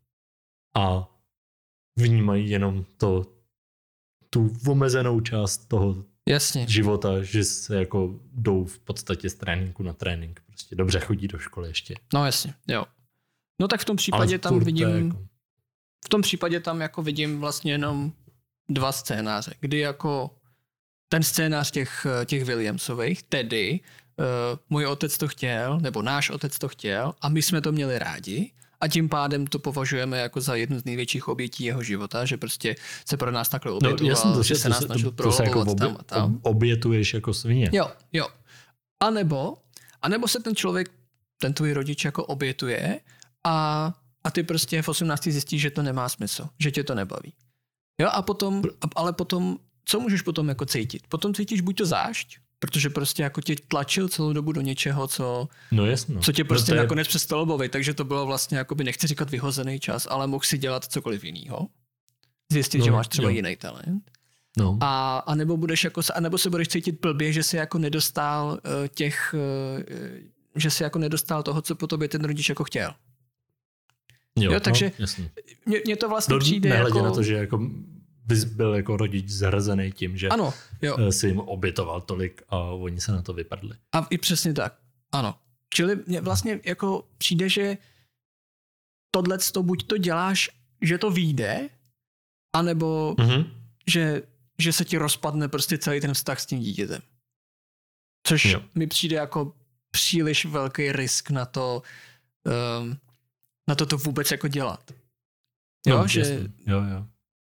a vnímají jenom to tu omezenou část toho Jasně. života, že se jako jdou v podstatě z tréninku na trénink. Prostě dobře chodí do školy ještě. No jasně, jo. No tak v tom případě tam vidím, jako... v tom případě tam jako vidím vlastně jenom dva scénáře, kdy jako ten scénář těch, těch Williamsových, tedy uh, můj otec to chtěl, nebo náš otec to chtěl a my jsme to měli rádi a tím pádem to považujeme jako za jednu z největších obětí jeho života, že prostě se pro nás takhle obětoval, no, jasný, to, že se nás snažil prolobovat jako tam a tam. Obětuješ jako svině. Jo, jo. A nebo, a nebo se ten člověk, ten tvůj rodič jako obětuje a, a ty prostě v osmnácti zjistíš, že to nemá smysl, že tě to nebaví. Jo, a potom, ale potom, co můžeš potom jako cítit? Potom cítíš buď to zášť, protože prostě jako tě tlačil celou dobu do něčeho, co, no jasno. co tě prostě no je... nakonec přestalo bavit, takže to bylo vlastně, jakoby, nechci říkat vyhozený čas, ale mohl si dělat cokoliv jinýho. Zjistit, no, že máš třeba jo. jiný talent. No. A, a nebo budeš jako, a nebo se budeš cítit blbě, že jsi jako nedostal uh, těch, uh, že jsi jako nedostal toho, co po tobě ten rodič jako chtěl. Jo, jo takže no, mně, mně to vlastně Do, přijde nehledě jako... na to, že jako bys byl jako rodič zhrzený tím, že ano, jo. si jim obětoval tolik a oni se na to vypadli. A i přesně tak, ano. Čili mně vlastně jako přijde, že tohleto buď to děláš, že to vyjde, anebo mm-hmm. že, že se ti rozpadne prostě celý ten vztah s tím dítětem. Což jo. mi přijde jako příliš velký risk na to, um, na to to vůbec jako dělat. Jo, no, že... Jasný. Jo, jo.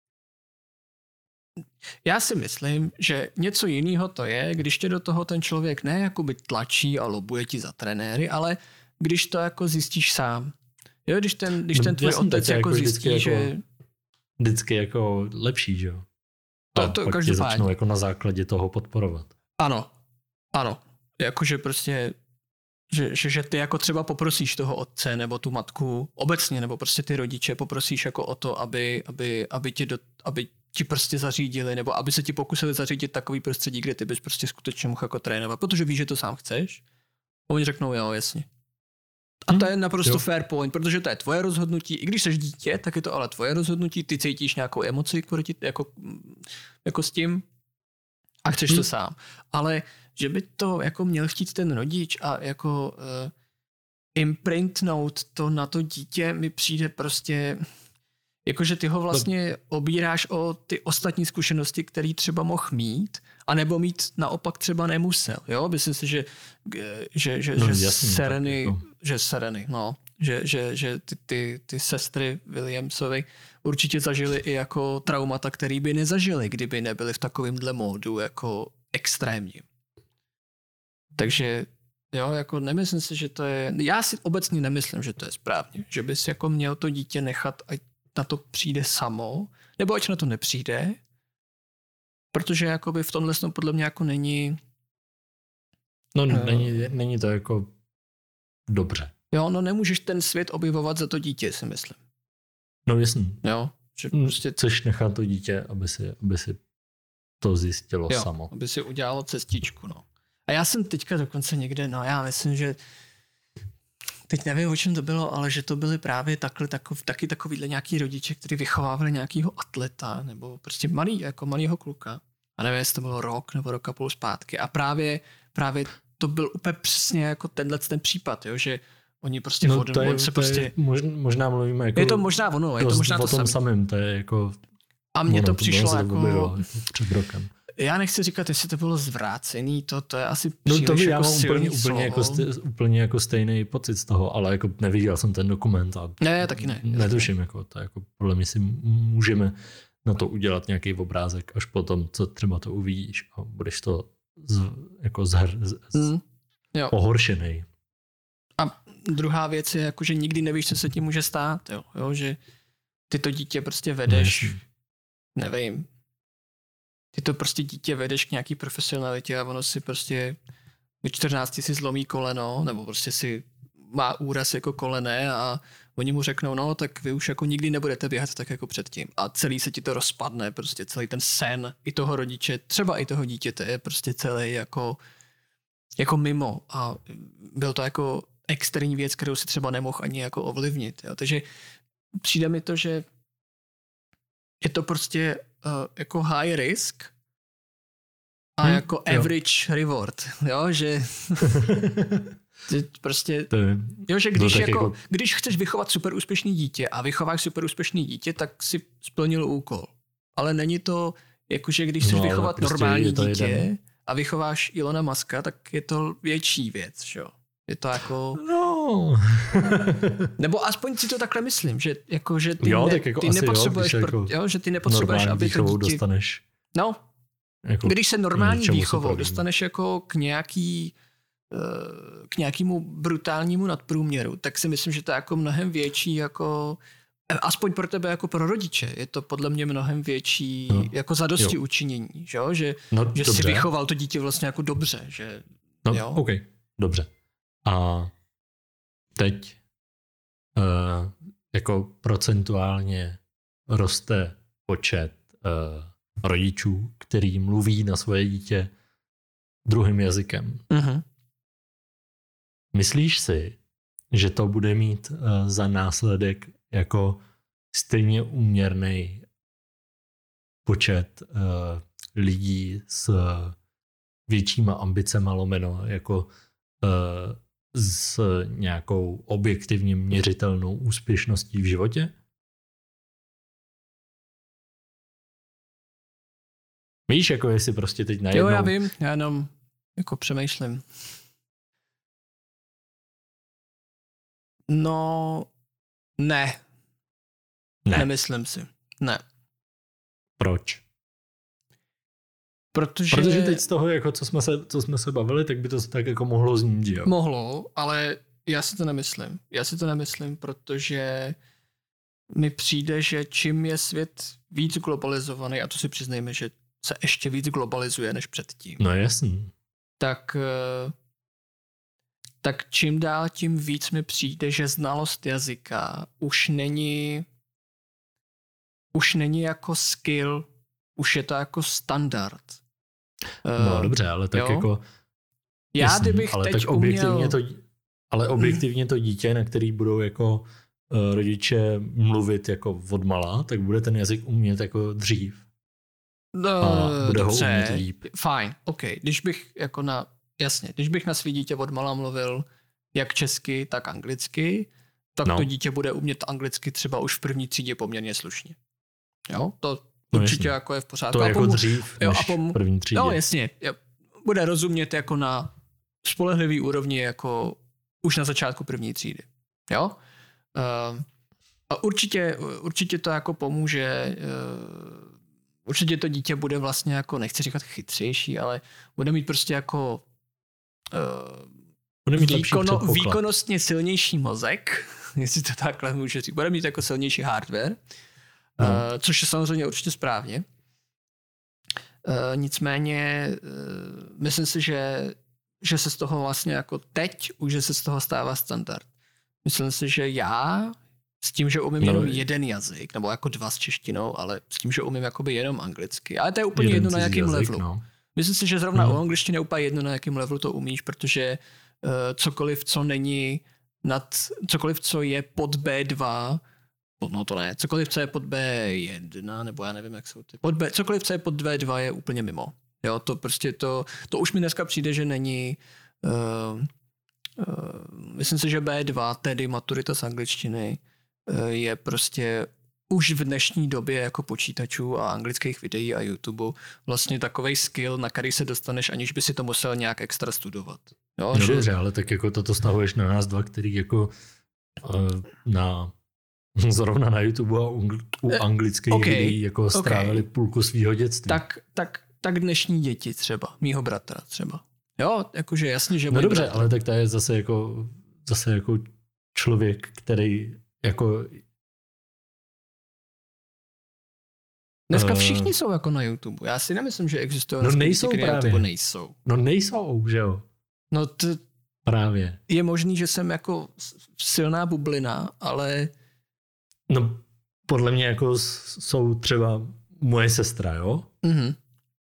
Já si myslím, že něco jiného to je, když tě do toho ten člověk ne jakoby tlačí a lobuje ti za trenéry, ale když to jako zjistíš sám. Jo, když ten, když ten tvůj otec jako, jako zjistí, jako, že... Vždycky jako lepší, že jo? A to, to pak tě začnou jako na základě toho podporovat. Ano, ano. Jakože prostě, že, že, že ty jako třeba poprosíš toho otce nebo tu matku obecně, nebo prostě ty rodiče poprosíš jako o to, aby, aby, aby ti do, aby ti prostě zařídili, nebo aby se ti pokusili zařídit takový prostředí, kde ty bys prostě skutečně mohl jako trénovat, protože víš, že to sám chceš. A oni řeknou, jo, jasně. A to je naprosto jo. fair point, protože to je tvoje rozhodnutí. I když jsi dítě, tak je to ale tvoje rozhodnutí, ty cítíš nějakou emoci jako, jako s tím a chceš hmm. to sám. Ale že by to jako měl chtít ten rodič a jako uh, imprintnout to na to dítě mi přijde prostě... Jakože ty ho vlastně obíráš o ty ostatní zkušenosti, které třeba mohl mít, anebo mít naopak třeba nemusel. Jo? Myslím si, že, že, že, no, že jasný, Sereny, tak, no. že Sereny, no, že, že, že ty, ty, ty sestry Williamsovi určitě zažili i jako traumata, který by nezažili, kdyby nebyli v takovémhle módu jako extrémní. Takže jo, jako nemyslím si, že to je, já si obecně nemyslím, že to je správně, že bys jako měl to dítě nechat, ať na to přijde samo, nebo ať na to nepřijde, protože jakoby v tomhle snu podle mě jako není... No uh, není, není to jako dobře. Jo, no nemůžeš ten svět objevovat za to dítě, si myslím. No jasný. Jo, že prostě... Chceš nechat to dítě, aby si, aby si to zjistilo jo, samo. aby si udělalo cestičku, no. A já jsem teďka dokonce někde, no já myslím, že teď nevím, o čem to bylo, ale že to byly právě takhle, takov, taky takovýhle nějaký rodiče, kteří vychovávali nějakýho atleta, nebo prostě malý, jako malýho kluka. A nevím, jestli to bylo rok nebo rok a půl zpátky. A právě, právě to byl úplně přesně jako tenhle ten případ, jo, že oni prostě no, vodou, to je, on se to prostě... Je, možná mluvíme jako... Je to možná ono, je to možná to o tom samý. samém, to je jako... A mně ono, to přišlo to jako... Bylo, jako před rokem. Já nechci říkat, jestli to bylo zvrácený, to, to je asi no, příliš to by jako já mám úplně, úplně, jako slovo. stej, úplně jako stejný pocit z toho, ale jako neviděl jsem ten dokument a ne, taky ne. Netuším, jako to jako podle mě si můžeme na to udělat nějaký obrázek až potom, co třeba to uvidíš a budeš to z, jako zhr, z, mm, jo. ohoršenej. A druhá věc je, jako, že nikdy nevíš, co se ti může stát, jo, jo že ty to dítě prostě vedeš, Než. nevím, ty to prostě dítě vedeš k nějaký profesionalitě a ono si prostě v čtrnácti si zlomí koleno, nebo prostě si má úraz jako kolene a oni mu řeknou, no tak vy už jako nikdy nebudete běhat tak jako předtím. A celý se ti to rozpadne, prostě celý ten sen i toho rodiče, třeba i toho dítěte je prostě celý jako, jako mimo. A byl to jako extrémní věc, kterou si třeba nemohl ani jako ovlivnit. Jo. Takže přijde mi to, že je to prostě uh, jako high risk a hmm, jako average jo. reward. Jo, že... prostě, je, jo, že když, jako, jako... když chceš vychovat super úspěšný dítě a vychováš super úspěšný dítě, tak si splnil úkol. Ale není to, jakože když chceš no, vychovat prostě normální dítě jeden. A vychováš Ilona Muska, tak je to větší věc, že jo. Je to jako... No. Nebo aspoň si to takhle myslím, že, jako, že ty, jo, ne, jako ty nepotřebuješ, jo, pro, jako jo, že ty nepotřebuješ, aby to dítě... dostaneš. No, jako když se normální výchovou dostaneš jako k nějaký k nějakému brutálnímu nadprůměru, tak si myslím, že to je jako mnohem větší, jako aspoň pro tebe jako pro rodiče, je to podle mě mnohem větší no. jako zadosti jo. učinění, že, že, no, že si vychoval to dítě vlastně jako dobře. Že, no, jo? OK, dobře. A teď uh, jako procentuálně roste počet uh, rodičů, který mluví na svoje dítě druhým jazykem. Uh-huh. Myslíš si, že to bude mít uh, za následek jako stejně úměrný počet uh, lidí s uh, většíma ambicema lomeno jako uh, s nějakou objektivně měřitelnou úspěšností v životě? Víš, jako jestli prostě teď najednou... Jo, já vím, já jenom jako přemýšlím. No, ne. Ne. Nemyslím si. Ne. Proč? Protože... Protože teď z toho, jako co jsme se, co jsme se bavili, tak by to tak jako mohlo znít, jo? Mohlo, ale já si to nemyslím. Já si to nemyslím, protože mi přijde, že čím je svět víc globalizovaný, a to si přiznejme, že se ještě víc globalizuje než předtím. No jasný. Tak, tak čím dál tím víc mi přijde, že znalost jazyka už není už není jako skill, už je to jako standard. No uh, dobře, ale tak jo? jako... Já jasný, kdybych ale teď tak objektivně uměl... to, ale objektivně to dítě, na který budou jako uh, rodiče mluvit jako odmala, tak bude ten jazyk umět jako dřív. No, a bude dobře, ho umět líp. Fajn, ok. Když bych jako na, jasně, když bych na svý dítě odmala mluvil jak česky, tak anglicky, tak no. to dítě bude umět anglicky třeba už v první třídě poměrně slušně. Jo, to no určitě jasně. jako je v pořádku. To a jako pomu- dřív, jo, než a pomu- v první třídě. Jo, jasně. Jo, bude rozumět jako na spolehlivý úrovni jako už na začátku první třídy. Jo? Uh, a určitě, určitě to jako pomůže, uh, určitě to dítě bude vlastně jako, nechci říkat chytřejší, ale bude mít prostě jako uh, bude mít výkono, výkonnostně silnější mozek, jestli to takhle můžu říct. Bude mít jako silnější hardware, no. uh, což je samozřejmě určitě správně. Uh, nicméně uh, myslím si, že, že se z toho vlastně jako teď už se z toho stává standard. Myslím si, že já s tím, že umím no, jenom jeden jazyk, nebo jako dva s češtinou, ale s tím, že umím jakoby jenom anglicky. Ale to je úplně jedno na jakém jazyk, levelu. No. Myslím si, že zrovna no. u angličtiny je úplně jedno na jakém levelu to umíš, protože uh, cokoliv, co není nad, cokoliv, co je pod bé dva, no to ne, cokoliv, co je pod bé jedna, nebo já nevím, jak jsou ty, pod B, cokoliv, co je pod bé dva je úplně mimo. Jo, to prostě to, to už mi dneska přijde, že není, uh, uh, myslím si, že bé dva, tedy maturita z angličtiny, uh, je prostě už v dnešní době jako počítačů a anglických videí a YouTube vlastně takovej skill, na který se dostaneš, aniž by si to musel nějak extra studovat. Jo, no že... dobře, ale tak jako toto stahuješ na nás dva, který jako uh, na zrovna na YouTube a u anglických okay, videí jako strávili okay. půlku svýho dětství. Tak, tak, tak dnešní děti třeba, mýho bratra třeba. Jo, jakože jasně, že no dobře, bratr. ale tak to je zase jako, zase jako člověk, který jako dneska všichni uh, jsou jako na YouTube. Já si nemyslím, že existují no nejsou děti, právě. Na YouTube nejsou. No nejsou, že jo? No t- právě. Je možný, že jsem jako silná bublina, ale no podle mě jako jsou třeba moje sestra, jo? Mhm.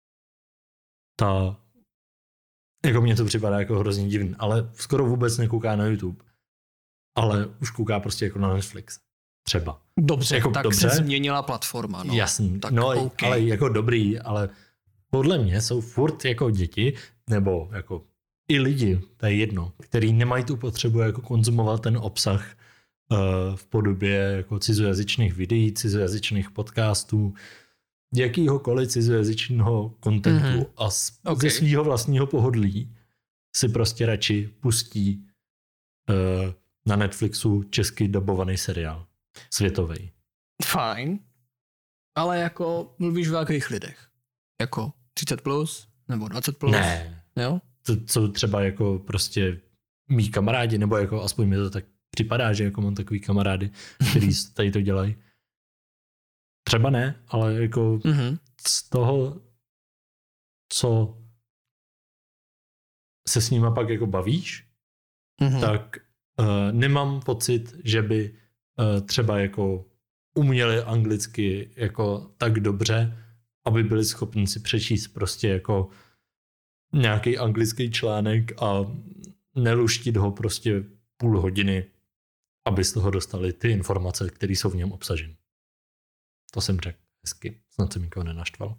Ta jako mně to připadá jako hrozně divný, ale skoro vůbec nekouká na YouTube. Ale už kouká prostě jako na Netflix. Třeba. Dobře, jako tak dobře. se změnila platforma. No. Jasný, tak no okay. ale jako dobrý, ale podle mě jsou furt jako děti, nebo jako i lidi, to je jedno, který nemají tu potřebu jako konzumovat ten obsah uh, v podobě jako cizojazyčných videí, cizojazyčných podcastů, jakýhokoliv cizojazyčného kontentu mm-hmm. a z, okay. ze svého vlastního pohodlí si prostě radši pustí uh, na Netflixu český dabovaný seriál. Světovej. Fajn. Ale jako mluvíš o jakých lidech? Jako třicet plus? Nebo dvacet plus? Ne. Jo? To jsou třeba jako prostě mý kamarádi, nebo jako aspoň mi to tak připadá, že jako mám takový kamarády, který tady to dělají. Třeba ne, ale jako mm-hmm. z toho, co se s nima pak jako bavíš, mm-hmm. tak uh, nemám pocit, že by uh, třeba jako uměli anglicky jako tak dobře, aby byli schopni si přečíst prostě jako nějaký anglický článek a neluštit ho prostě půl hodiny, aby z toho dostali ty informace, které jsou v něm obsaženy. To jsem řekl hezky, snad jsem nikoho nenaštval.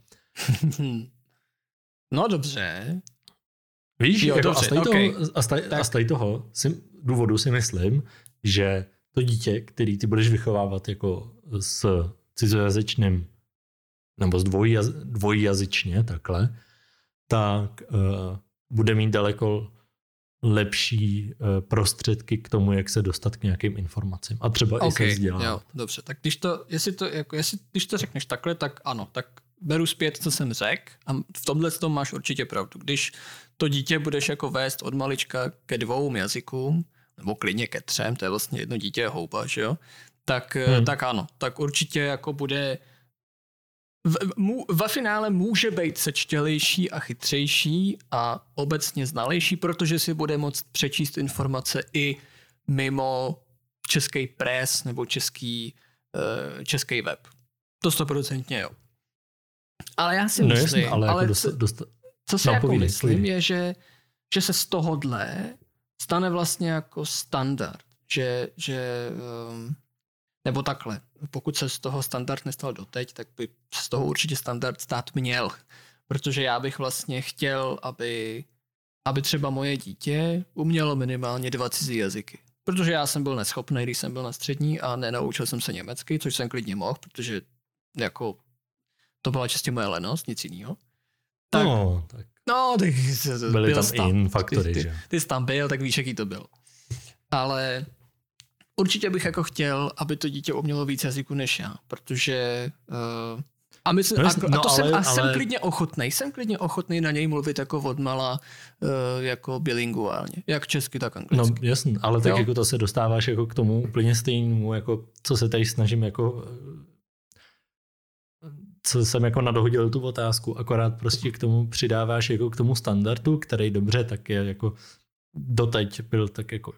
No dobře. Víš, jo, jako dobře, a z tady okay. toho, a z tady, a z tady toho si, důvodu si myslím, že to dítě, který ty budeš vychovávat jako s cizojazyčným nebo s dvojjaz, dvojjazyčně takhle, tak uh, bude mít daleko lepší uh, prostředky k tomu, jak se dostat k nějakým informacím. A třeba okay, i se vzdělávat. Jo, dobře, tak když to, jestli to, jako, jestli, když to řekneš takhle, tak ano, tak beru zpět, co jsem řekl a v tomhle tom máš určitě pravdu. Když to dítě budeš jako vést od malička ke dvou jazykům, nebo klidně ke třem, to je vlastně jedno dítě je houba, že jo, tak, hmm. tak ano, tak určitě jako bude v, mu, ve finále může být sečtělejší a chytřejší a obecně znalejší, protože si bude moct přečíst informace i mimo český pres nebo český, uh, český web. To stoprocentně jo. Ale já si no myslím, jasný, ale, ale jako co, dost, dost, co si jako myslím, je, že, že se z tohohle stane vlastně jako standard, že, že um, nebo takhle, pokud se z toho standard nestal doteď, tak by z toho určitě standard stát měl, protože já bych vlastně chtěl, aby, aby třeba moje dítě umělo minimálně dva cizí jazyky. Protože já jsem byl neschopný, když jsem byl na střední a nenaučil jsem se německy, což jsem klidně mohl, protože jako to byla čistě moje lenost, nic jiného. Tak, no, tak. No, tak byly tam, tam in faktory, ty, že? Ty, ty jsi tam byl, tak víš, jaký to byl. Ale určitě bych jako chtěl, aby to dítě umělo víc jazyků než já, protože uh, a, myslím, no, a, a to no, jsem, ale, a jsem ale... klidně ochotnej, jsem klidně ochotnej na něj mluvit jako odmala, uh, jako bilinguálně, jak česky, tak anglicky. No jasně, ale tak jo? Jako to se dostáváš jako k tomu úplně stejnému, jako co se tady snažím jako co jsem jako nadohodil tu otázku, akorát prostě k tomu přidáváš jako k tomu standardu, který dobře tak je jako doteď byl tak jako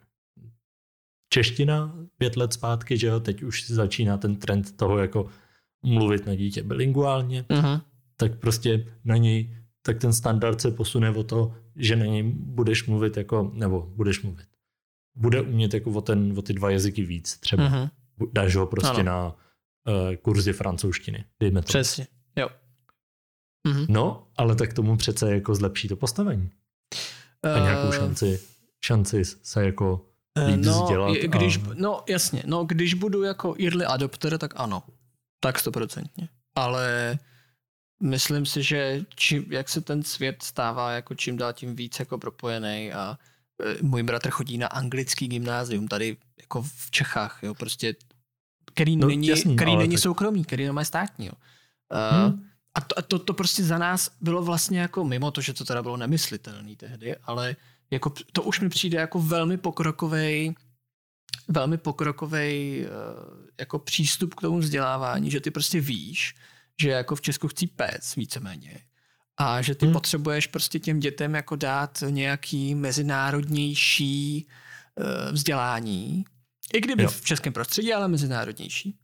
čeština pět let zpátky, že jo, teď už začíná ten trend toho jako mluvit na dítě bilinguálně, uh-huh. tak prostě na něj, tak ten standard se posune o to, že na něj budeš mluvit jako, nebo budeš mluvit. Bude umět jako o, ten, o ty dva jazyky víc třeba. Uh-huh. Dáš ho prostě ano. na uh, kurzy francouzštiny, dejme to. Přesně, jo. Uh-huh. No, ale tak tomu přece jako zlepší to postavení. A nějakou šanci, šanci se jako líp no, vzdělat. Když, a... No jasně, no když budu jako early adopter, tak ano. Tak stoprocentně. Ale myslím si, že či, jak se ten svět stává jako čím dál tím víc jako propojený a e, můj bratr chodí na anglický gymnázium tady jako v Čechách, jo, prostě který no, není, jasný, který není tak... soukromý, který nemá státní, jo. Uh, hmm. A, to, a to, to prostě za nás bylo vlastně jako mimo to, že to teda bylo nemyslitelný tehdy, ale jako to už mi přijde jako velmi pokrokovej velmi pokrokovej jako přístup k tomu vzdělávání, že ty prostě víš, že jako v Česku chcí pec víceméně a že ty hmm. potřebuješ prostě těm dětem jako dát nějaký mezinárodnější vzdělání, i kdyby jo. v českém prostředí, ale mezinárodnější.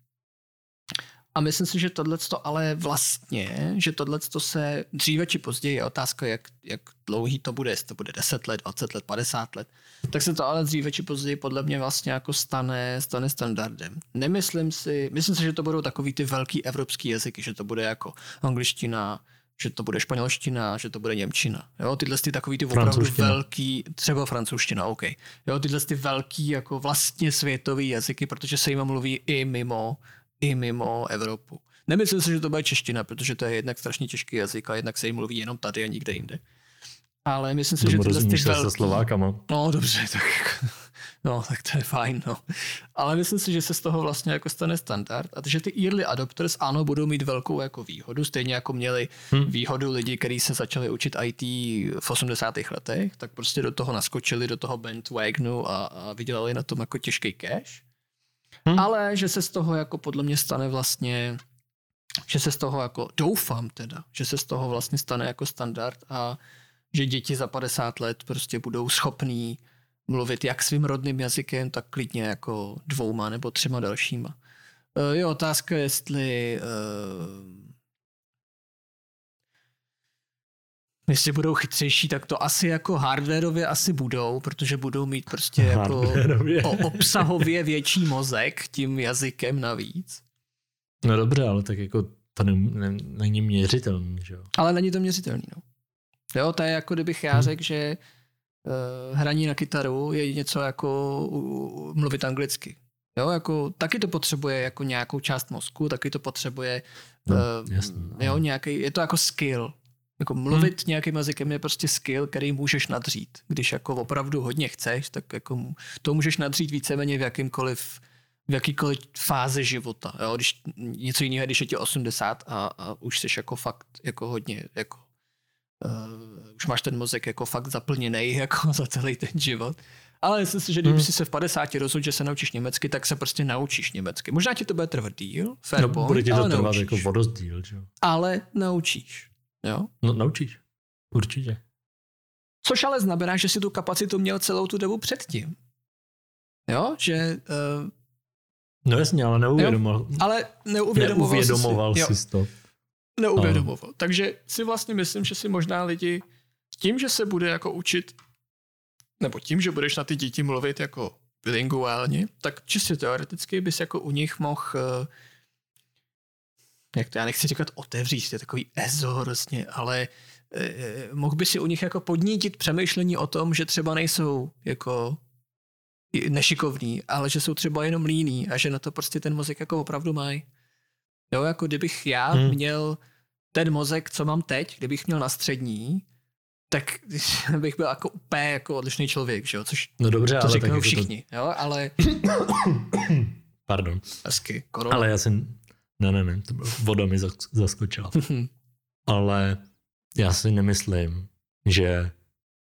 A myslím si, že tohleto ale vlastně, že tohleto se dříve či později, je otázka, jak, jak dlouhý to bude, jestli to bude deset let, dvacet let, padesát let, tak se to ale dříve či později podle mě vlastně jako stane, stane standardem. Nemyslím si, myslím si, že to budou takový ty velký evropský jazyky, že to bude jako angličtina, že to bude španělština, že to bude němčina. Jo, tyhle ty takový ty opravdu velký, třeba francouzština, OK. Jo, tyhle ty velký jako vlastně světový jazyky, protože se jim mluví i mimo i mimo Evropu. Nemyslím si, že to bude čeština, protože to je jednak strašně těžký jazyk a jednak se jim mluví jenom tady a nikde jinde. Ale myslím si, Dobre, že tyhle ty velký... se Slovákama. No dobře, tak, no, tak to je fajn. No. Ale myslím si, že se z toho vlastně jako stane standard a že ty early adopters ano, budou mít velkou jako výhodu, stejně jako měli hmm. výhodu lidi, kteří se začali učit í té v osmdesátých letech, tak prostě do toho naskočili, do toho bandwagonu a, a vydělali na tom jako těžký cash. Hmm. Ale že se z toho jako podle mě stane vlastně, že se z toho jako doufám teda, že se z toho vlastně stane jako standard a že děti za padesát let prostě budou schopní mluvit jak svým rodným jazykem, tak klidně jako dvouma nebo třema dalšíma. E, je otázka, jestli e, jestli budou chytřejší, tak to asi jako hardwarově asi budou, protože budou mít prostě jako obsahově větší mozek tím jazykem navíc. No dobře, ale tak jako to není měřitelný, že jo? Ale není to měřitelný, no. Jo, to je jako kdybych já řekl, že uh, hraní na kytaru je něco jako uh, mluvit anglicky. Jo, jako taky to potřebuje jako nějakou část mozku, taky to potřebuje uh, no, jasný, jo, nějaký, je to jako skill. Jako mluvit hmm. nějakým jazykem je prostě skill, který můžeš nadřít. Když jako opravdu hodně chceš, tak jako to můžeš nadřít víceméně v jakýmkoliv, v jakýkoliv fázi života. Jo? Když něco jiného, když je ti osmdesát a, a už jsi jako fakt jako hodně, jako uh, už máš ten mozek jako fakt zaplněný jako za celý ten život. Ale myslím si, že když hmm. jsi se v padesáti rozhodl, že se naučíš německy, tak se prostě naučíš německy. Možná ti to bude trvat díl, fair no, point, bude ti to trvat naučíš. jako vodost díl, že? Ale naučíš. Jo? No naučíš, určitě. Což ale znamená, že si tu kapacitu měl celou tu dobu předtím. Jo, že... Uh, no jasně, ale neuvědomoval. Ale neuvědomoval, neuvědomoval si, si to. Neuvědomoval. Ale. Takže si vlastně myslím, že si možná lidi tím, že se bude jako učit, nebo tím, že budeš na ty děti mluvit jako bilinguálně, tak čistě teoreticky bys jako u nich mohl... Uh, jak to já nechci říkat otevřít, to je takový ezo hrozně, ale eh, mohl by si u nich jako podnítit přemýšlení o tom, že třeba nejsou jako nešikovný, ale že jsou třeba jenom líní a že na to prostě ten mozek jako opravdu mají. Jo, jako kdybych já hmm. měl ten mozek, co mám teď, kdybych měl na střední, tak bych byl jako úplně jako odlišný člověk, že jo, což no dobře, to ale řeknou tak všichni, to... jo, ale... Pardon. Hezky, korona. Ale já jsem... Ne, ne, ne, to bylo... voda mi zaskočila. Ale já si nemyslím, že...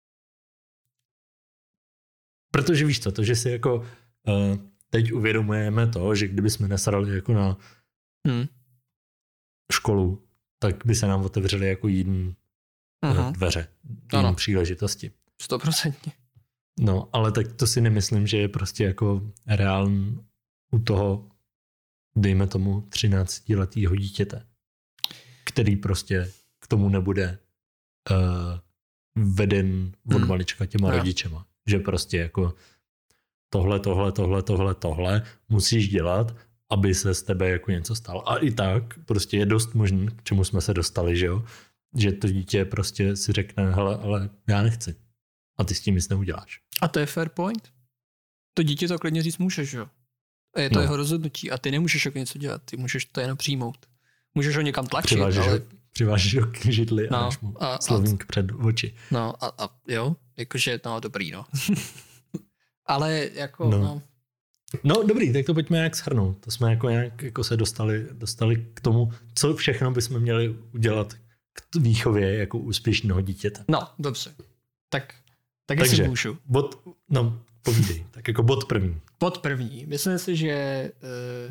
Protože víš co, to, že si jako uh, teď uvědomujeme to, že kdyby jsme nesrali jako na hmm. školu, tak by se nám otevřely jako jiný uh, dveře, jiný příležitosti. Stoprocentně. No, ale tak to si nemyslím, že je prostě jako reálný u toho, dejme tomu, třináctiletýho dítěte, který prostě k tomu nebude uh, veden od hmm. malička těma no. rodičema. Že prostě jako tohle, tohle, tohle, tohle, tohle musíš dělat, aby se z tebe jako něco stalo. A i tak prostě je dost možný, k čemu jsme se dostali, že jo? Že to dítě prostě si řekne, hele, ale já nechci. A ty s tím nic neuděláš. A to je fair point. To dítě to klidně říct můžeš, jo? A je to no. jeho rozhodnutí a ty nemůžeš jako něco dělat, ty můžeš to jenom přijmout. Můžeš ho někam tlačit, přivážeš ale... Ho, přivážeš ho k židli no, a dáš mu a, slovník a, před oči. No a, a jo, jakože no dobrý, no. Ale jako, no. no. No dobrý, tak to pojďme nějak shrnout. To jsme jako nějak jako se dostali, dostali k tomu, co všechno bychom měli udělat k výchově jako úspěšného dítěte. No, dobře. Tak, tak jestli můžu. Bod, no, povídej. Tak jako bod první. Bod první. Myslím si, že... Uh...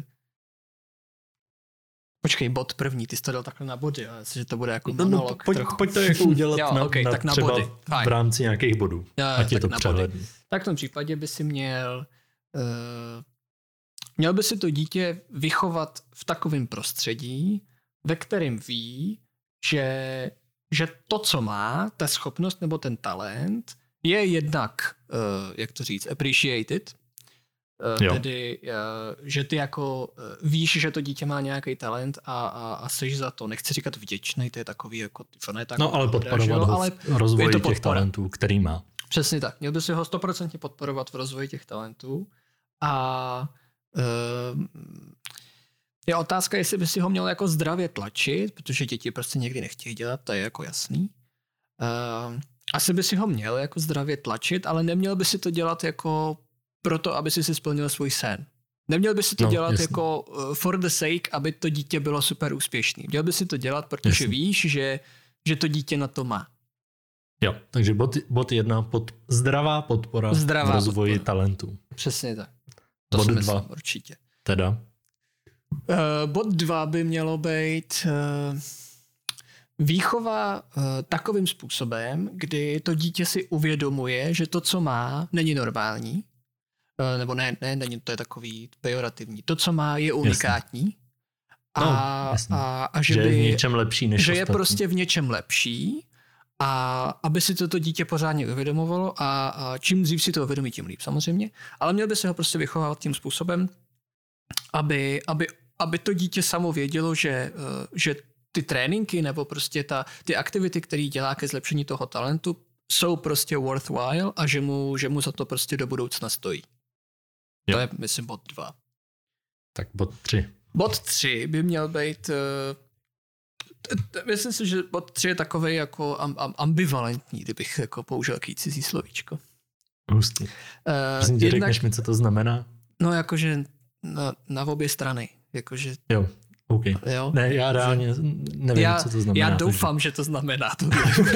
Počkej, bod první. Ty jsi to dal takhle na body. Já myslím, že to bude jako monolog. No, pojď, pojď to jako udělat jo, na, okay, na, tak na třeba body. v rámci nějakých bodů. Jo, ať je to přehledný. Tak v tom případě by si měl... Uh... Měl by si to dítě vychovat v takovém prostředí, ve kterém ví, že, že to, co má, ta schopnost nebo ten talent, je jednak, uh, jak to říct, appreciated, uh, tedy, uh, že ty jako uh, víš, že to dítě má nějaký talent a, a, a seš za to, nechci říkat vděčnej, to je takový jako... Ne, tak no ale podporovat ho ale v rozvoji těch podpora. talentů, který má. Přesně tak, měl by si ho stoprocentně podporovat v rozvoji těch talentů a uh, je otázka, jestli by si ho měl jako zdravě tlačit, protože děti prostě někdy nechtějí dělat, to je jako jasný. Uh, asi by si ho měl jako zdravě tlačit, ale neměl by si to dělat jako proto, aby si si splnil svůj sen. Neměl by si to no, dělat jasný. jako uh, for the sake, aby to dítě bylo super úspěšný. Měl by si to dělat, protože jasný. víš, že, že to dítě na to má. Jo, takže bod, bod jedna, pod, zdravá podpora zdravá v rozvoji podpora. talentů. Přesně tak. To bod si dva. myslím, určitě. Teda? Uh, bod dva by mělo být uh, výchova uh, takovým způsobem, kdy to dítě si uvědomuje, že to, co má, není normální. Uh, nebo ne, ne, není to je takový pejorativní. To, co má, je unikátní. A, no, a, a že, že by, je v něčem lepší než Že ostatní. je prostě v něčem lepší. A aby si toto dítě pořádně uvědomovalo a, a čím dřív si to uvědomí, tím líp samozřejmě. Ale měl by se ho prostě vychovávat tím způsobem, aby, aby, aby to dítě samo vědělo, že, že ty tréninky nebo prostě ta, ty aktivity, které dělá ke zlepšení toho talentu, jsou prostě worthwhile a že mu, že mu za to prostě do budoucna stojí. Jo. To je, myslím, bod dva. Tak bod tři. Bod tři by měl být... Myslím si, že bod tři je takovej jako ambivalentní, kdybych jako použil jaký cizí slovíčko. Hustý. Uh, Myslím, že řekneš mi, co to znamená? No jakože na, na obě strany. Jakože, jo, OK. Jo? Ne, já reálně nevím, já, co to znamená. Já doufám, takže... že to znamená. To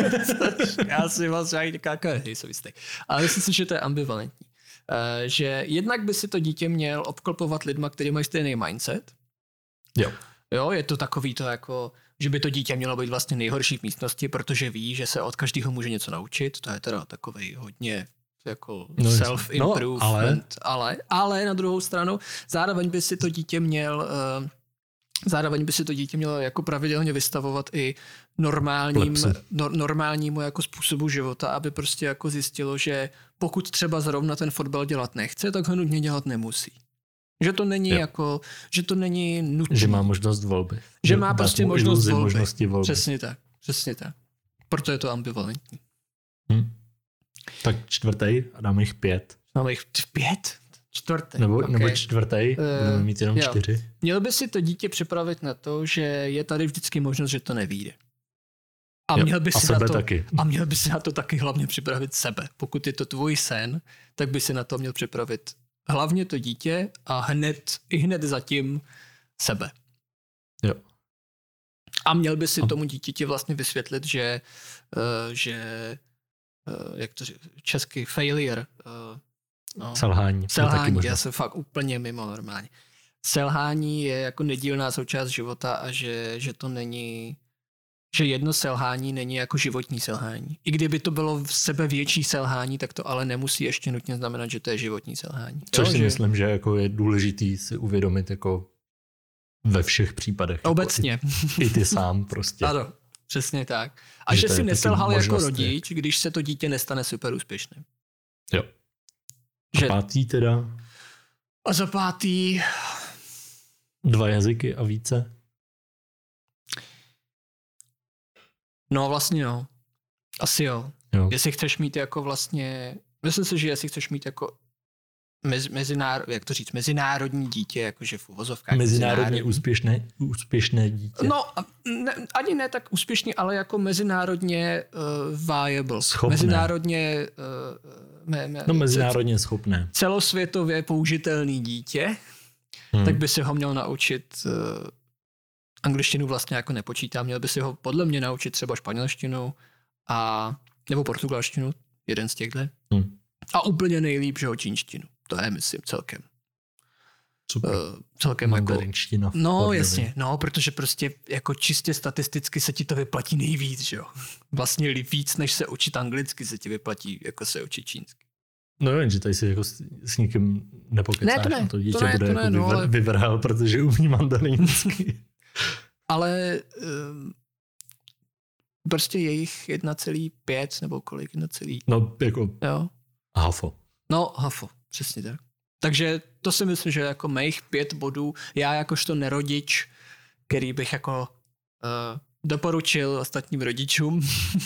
já si vlastně ani nějaká nejsem jistý. Ale myslím si, že to je ambivalentní. Uh, že jednak by si to dítě měl obklopovat lidma, kteří mají stejný mindset. Jo. Jo, je to takový to jako, že by to dítě mělo být vlastně nejhorší v místnosti, protože ví, že se od každého může něco naučit. To je teda takovej hodně jako no, self-improvement. No, ale... Ale, ale na druhou stranu zároveň by si to dítě měl uh, zároveň by si to dítě mělo jako pravidelně vystavovat i normálním, no, normálnímu jako způsobu života, aby prostě jako zjistilo, že pokud třeba zrovna ten fotbal dělat nechce, tak ho nutně dělat nemusí. Že to není jo. jako, že to není nutné. Že má možnost volby. Že má prostě možnost volby. možnosti volby. Přesně tak, přesně tak. Proto je to ambivalentní. Hm. Tak čtvrtý a dáme jich pět. Máme jich pět? Čtvrtý. Nebo, okay. nebo čtvrtý, uh, budeme mít jenom jo. čtyři. Měl by si to dítě připravit na to, že je tady vždycky možnost, že to nevyjde. A jo, měl by a si sebe na to, taky. A měl by si na to taky hlavně připravit sebe. Pokud je to tvůj sen, tak by si na to měl připravit hlavně to dítě a hned, i hned zatím sebe. Jo. A měl by si a... tomu dítěti vlastně vysvětlit, že, uh, že uh, jak to říct, česky failure, uh, no, selhání. Selhání, já jsem fakt úplně mimo normálně. Selhání je jako nedílná součást života a že, že to není, že jedno selhání není jako životní selhání. I kdyby to bylo v sebe větší selhání, tak to ale nemusí ještě nutně znamenat, že to je životní selhání. Což jo, si že... myslím, že jako je důležitý si uvědomit jako ve všech případech. Obecně. Jako i, I ty sám prostě. Ano, přesně tak. A že, že si neselhal jako možnosti. rodič, když se to dítě nestane super úspěšným. Jo. A že... pátý teda? A za pátý... Dva jazyky a více? No vlastně jo. Asi jo. jo. Jestli chceš mít jako vlastně... Myslím si, že jestli chceš mít jako mez, mezinár, jak to říct, mezinárodní dítě, jakože v uvozovkách. Mezinárodně mezinárodní. úspěšné, úspěšné dítě. No, ne, ani ne tak úspěšný, ale jako mezinárodně uh, viable. Schopné. Mezinárodně... Uh, me, me, no mezinárodně schopné. Celosvětově použitelný dítě, hmm. tak by si ho měl naučit... Uh, angličtinu vlastně jako nepočítá, měl by si ho podle mě naučit třeba španělštinu a, nebo portugalštinu, jeden z těchto. Hmm. A úplně nejlíp, že ho čínštinu. To je, myslím, celkem. Super. Uh, celkem mandarinština. Jako, no, jasně, no, protože prostě jako čistě statisticky se ti to vyplatí nejvíc, že jo. Vlastně víc, než se učit anglicky, se ti vyplatí, jako se učit čínsky. No jen, že tady si jako s, s nikým nepokecáš. Ne, to ne, to dítě to ne, bude to jako ne, no, vyvr, ale... vyvrhal, protože umí mandarinsky. Ale um, prostě je jich jedna celá pět nebo kolik, jedna celá No, jako jo. hafo. No, hafo, přesně tak. Takže to si myslím, že jako mých pět bodů, já jakožto nerodič, který bych jako uh, doporučil ostatním rodičům,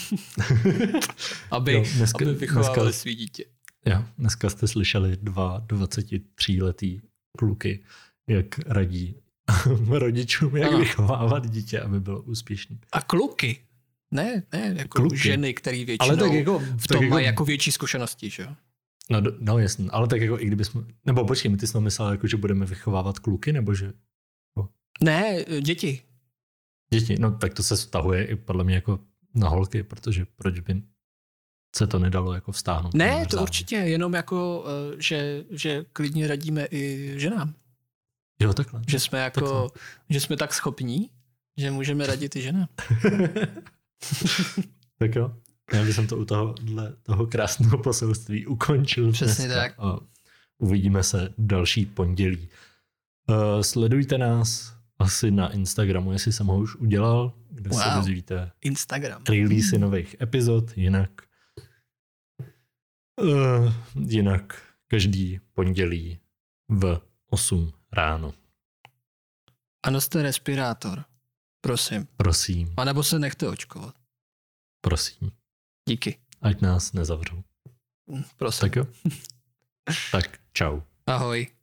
aby, jo, dneska, aby vychovávali dneska, svý dítě. Jo, dneska jste slyšeli dva dvacetitříletý kluky, jak radí rodičům, jak ano. vychovávat dítě, aby bylo úspěšný. A kluky? Ne, ne, jako kluky. Ženy, který většinou ale tak jako, v tom tak mají jako, jako větší zkušenosti, že jo? No, no jasně, ale tak jako i kdybychom, nebo počkej, my ty jsi myslel, jako, že budeme vychovávat kluky, nebo že? Oh. Ne, děti. Děti, no tak to se vztahuje i podle mě jako na holky, protože proč by se to nedalo jako vztáhnout. Ne, to určitě, jenom jako, že, že klidně radíme i ženám. Jo, takhle. Že jsme jako, takhle. Že jsme tak schopní, že můžeme radit i ženám. Tak jo. Já bych to u toho, toho krásného poselství ukončil. Přesně tak. A uvidíme se další pondělí. Uh, sledujte nás asi na Instagramu, jestli jsem ho už udělal, kde wow. se dozvíte Instagram. release nových epizod, jinak uh, jinak každý pondělí v osm ráno. A noste respirátor. Prosím. Prosím. A nebo se nechte očkovat. Prosím. Díky. Ať nás nezavřou. Prosím. Tak jo. Tak čau. Ahoj.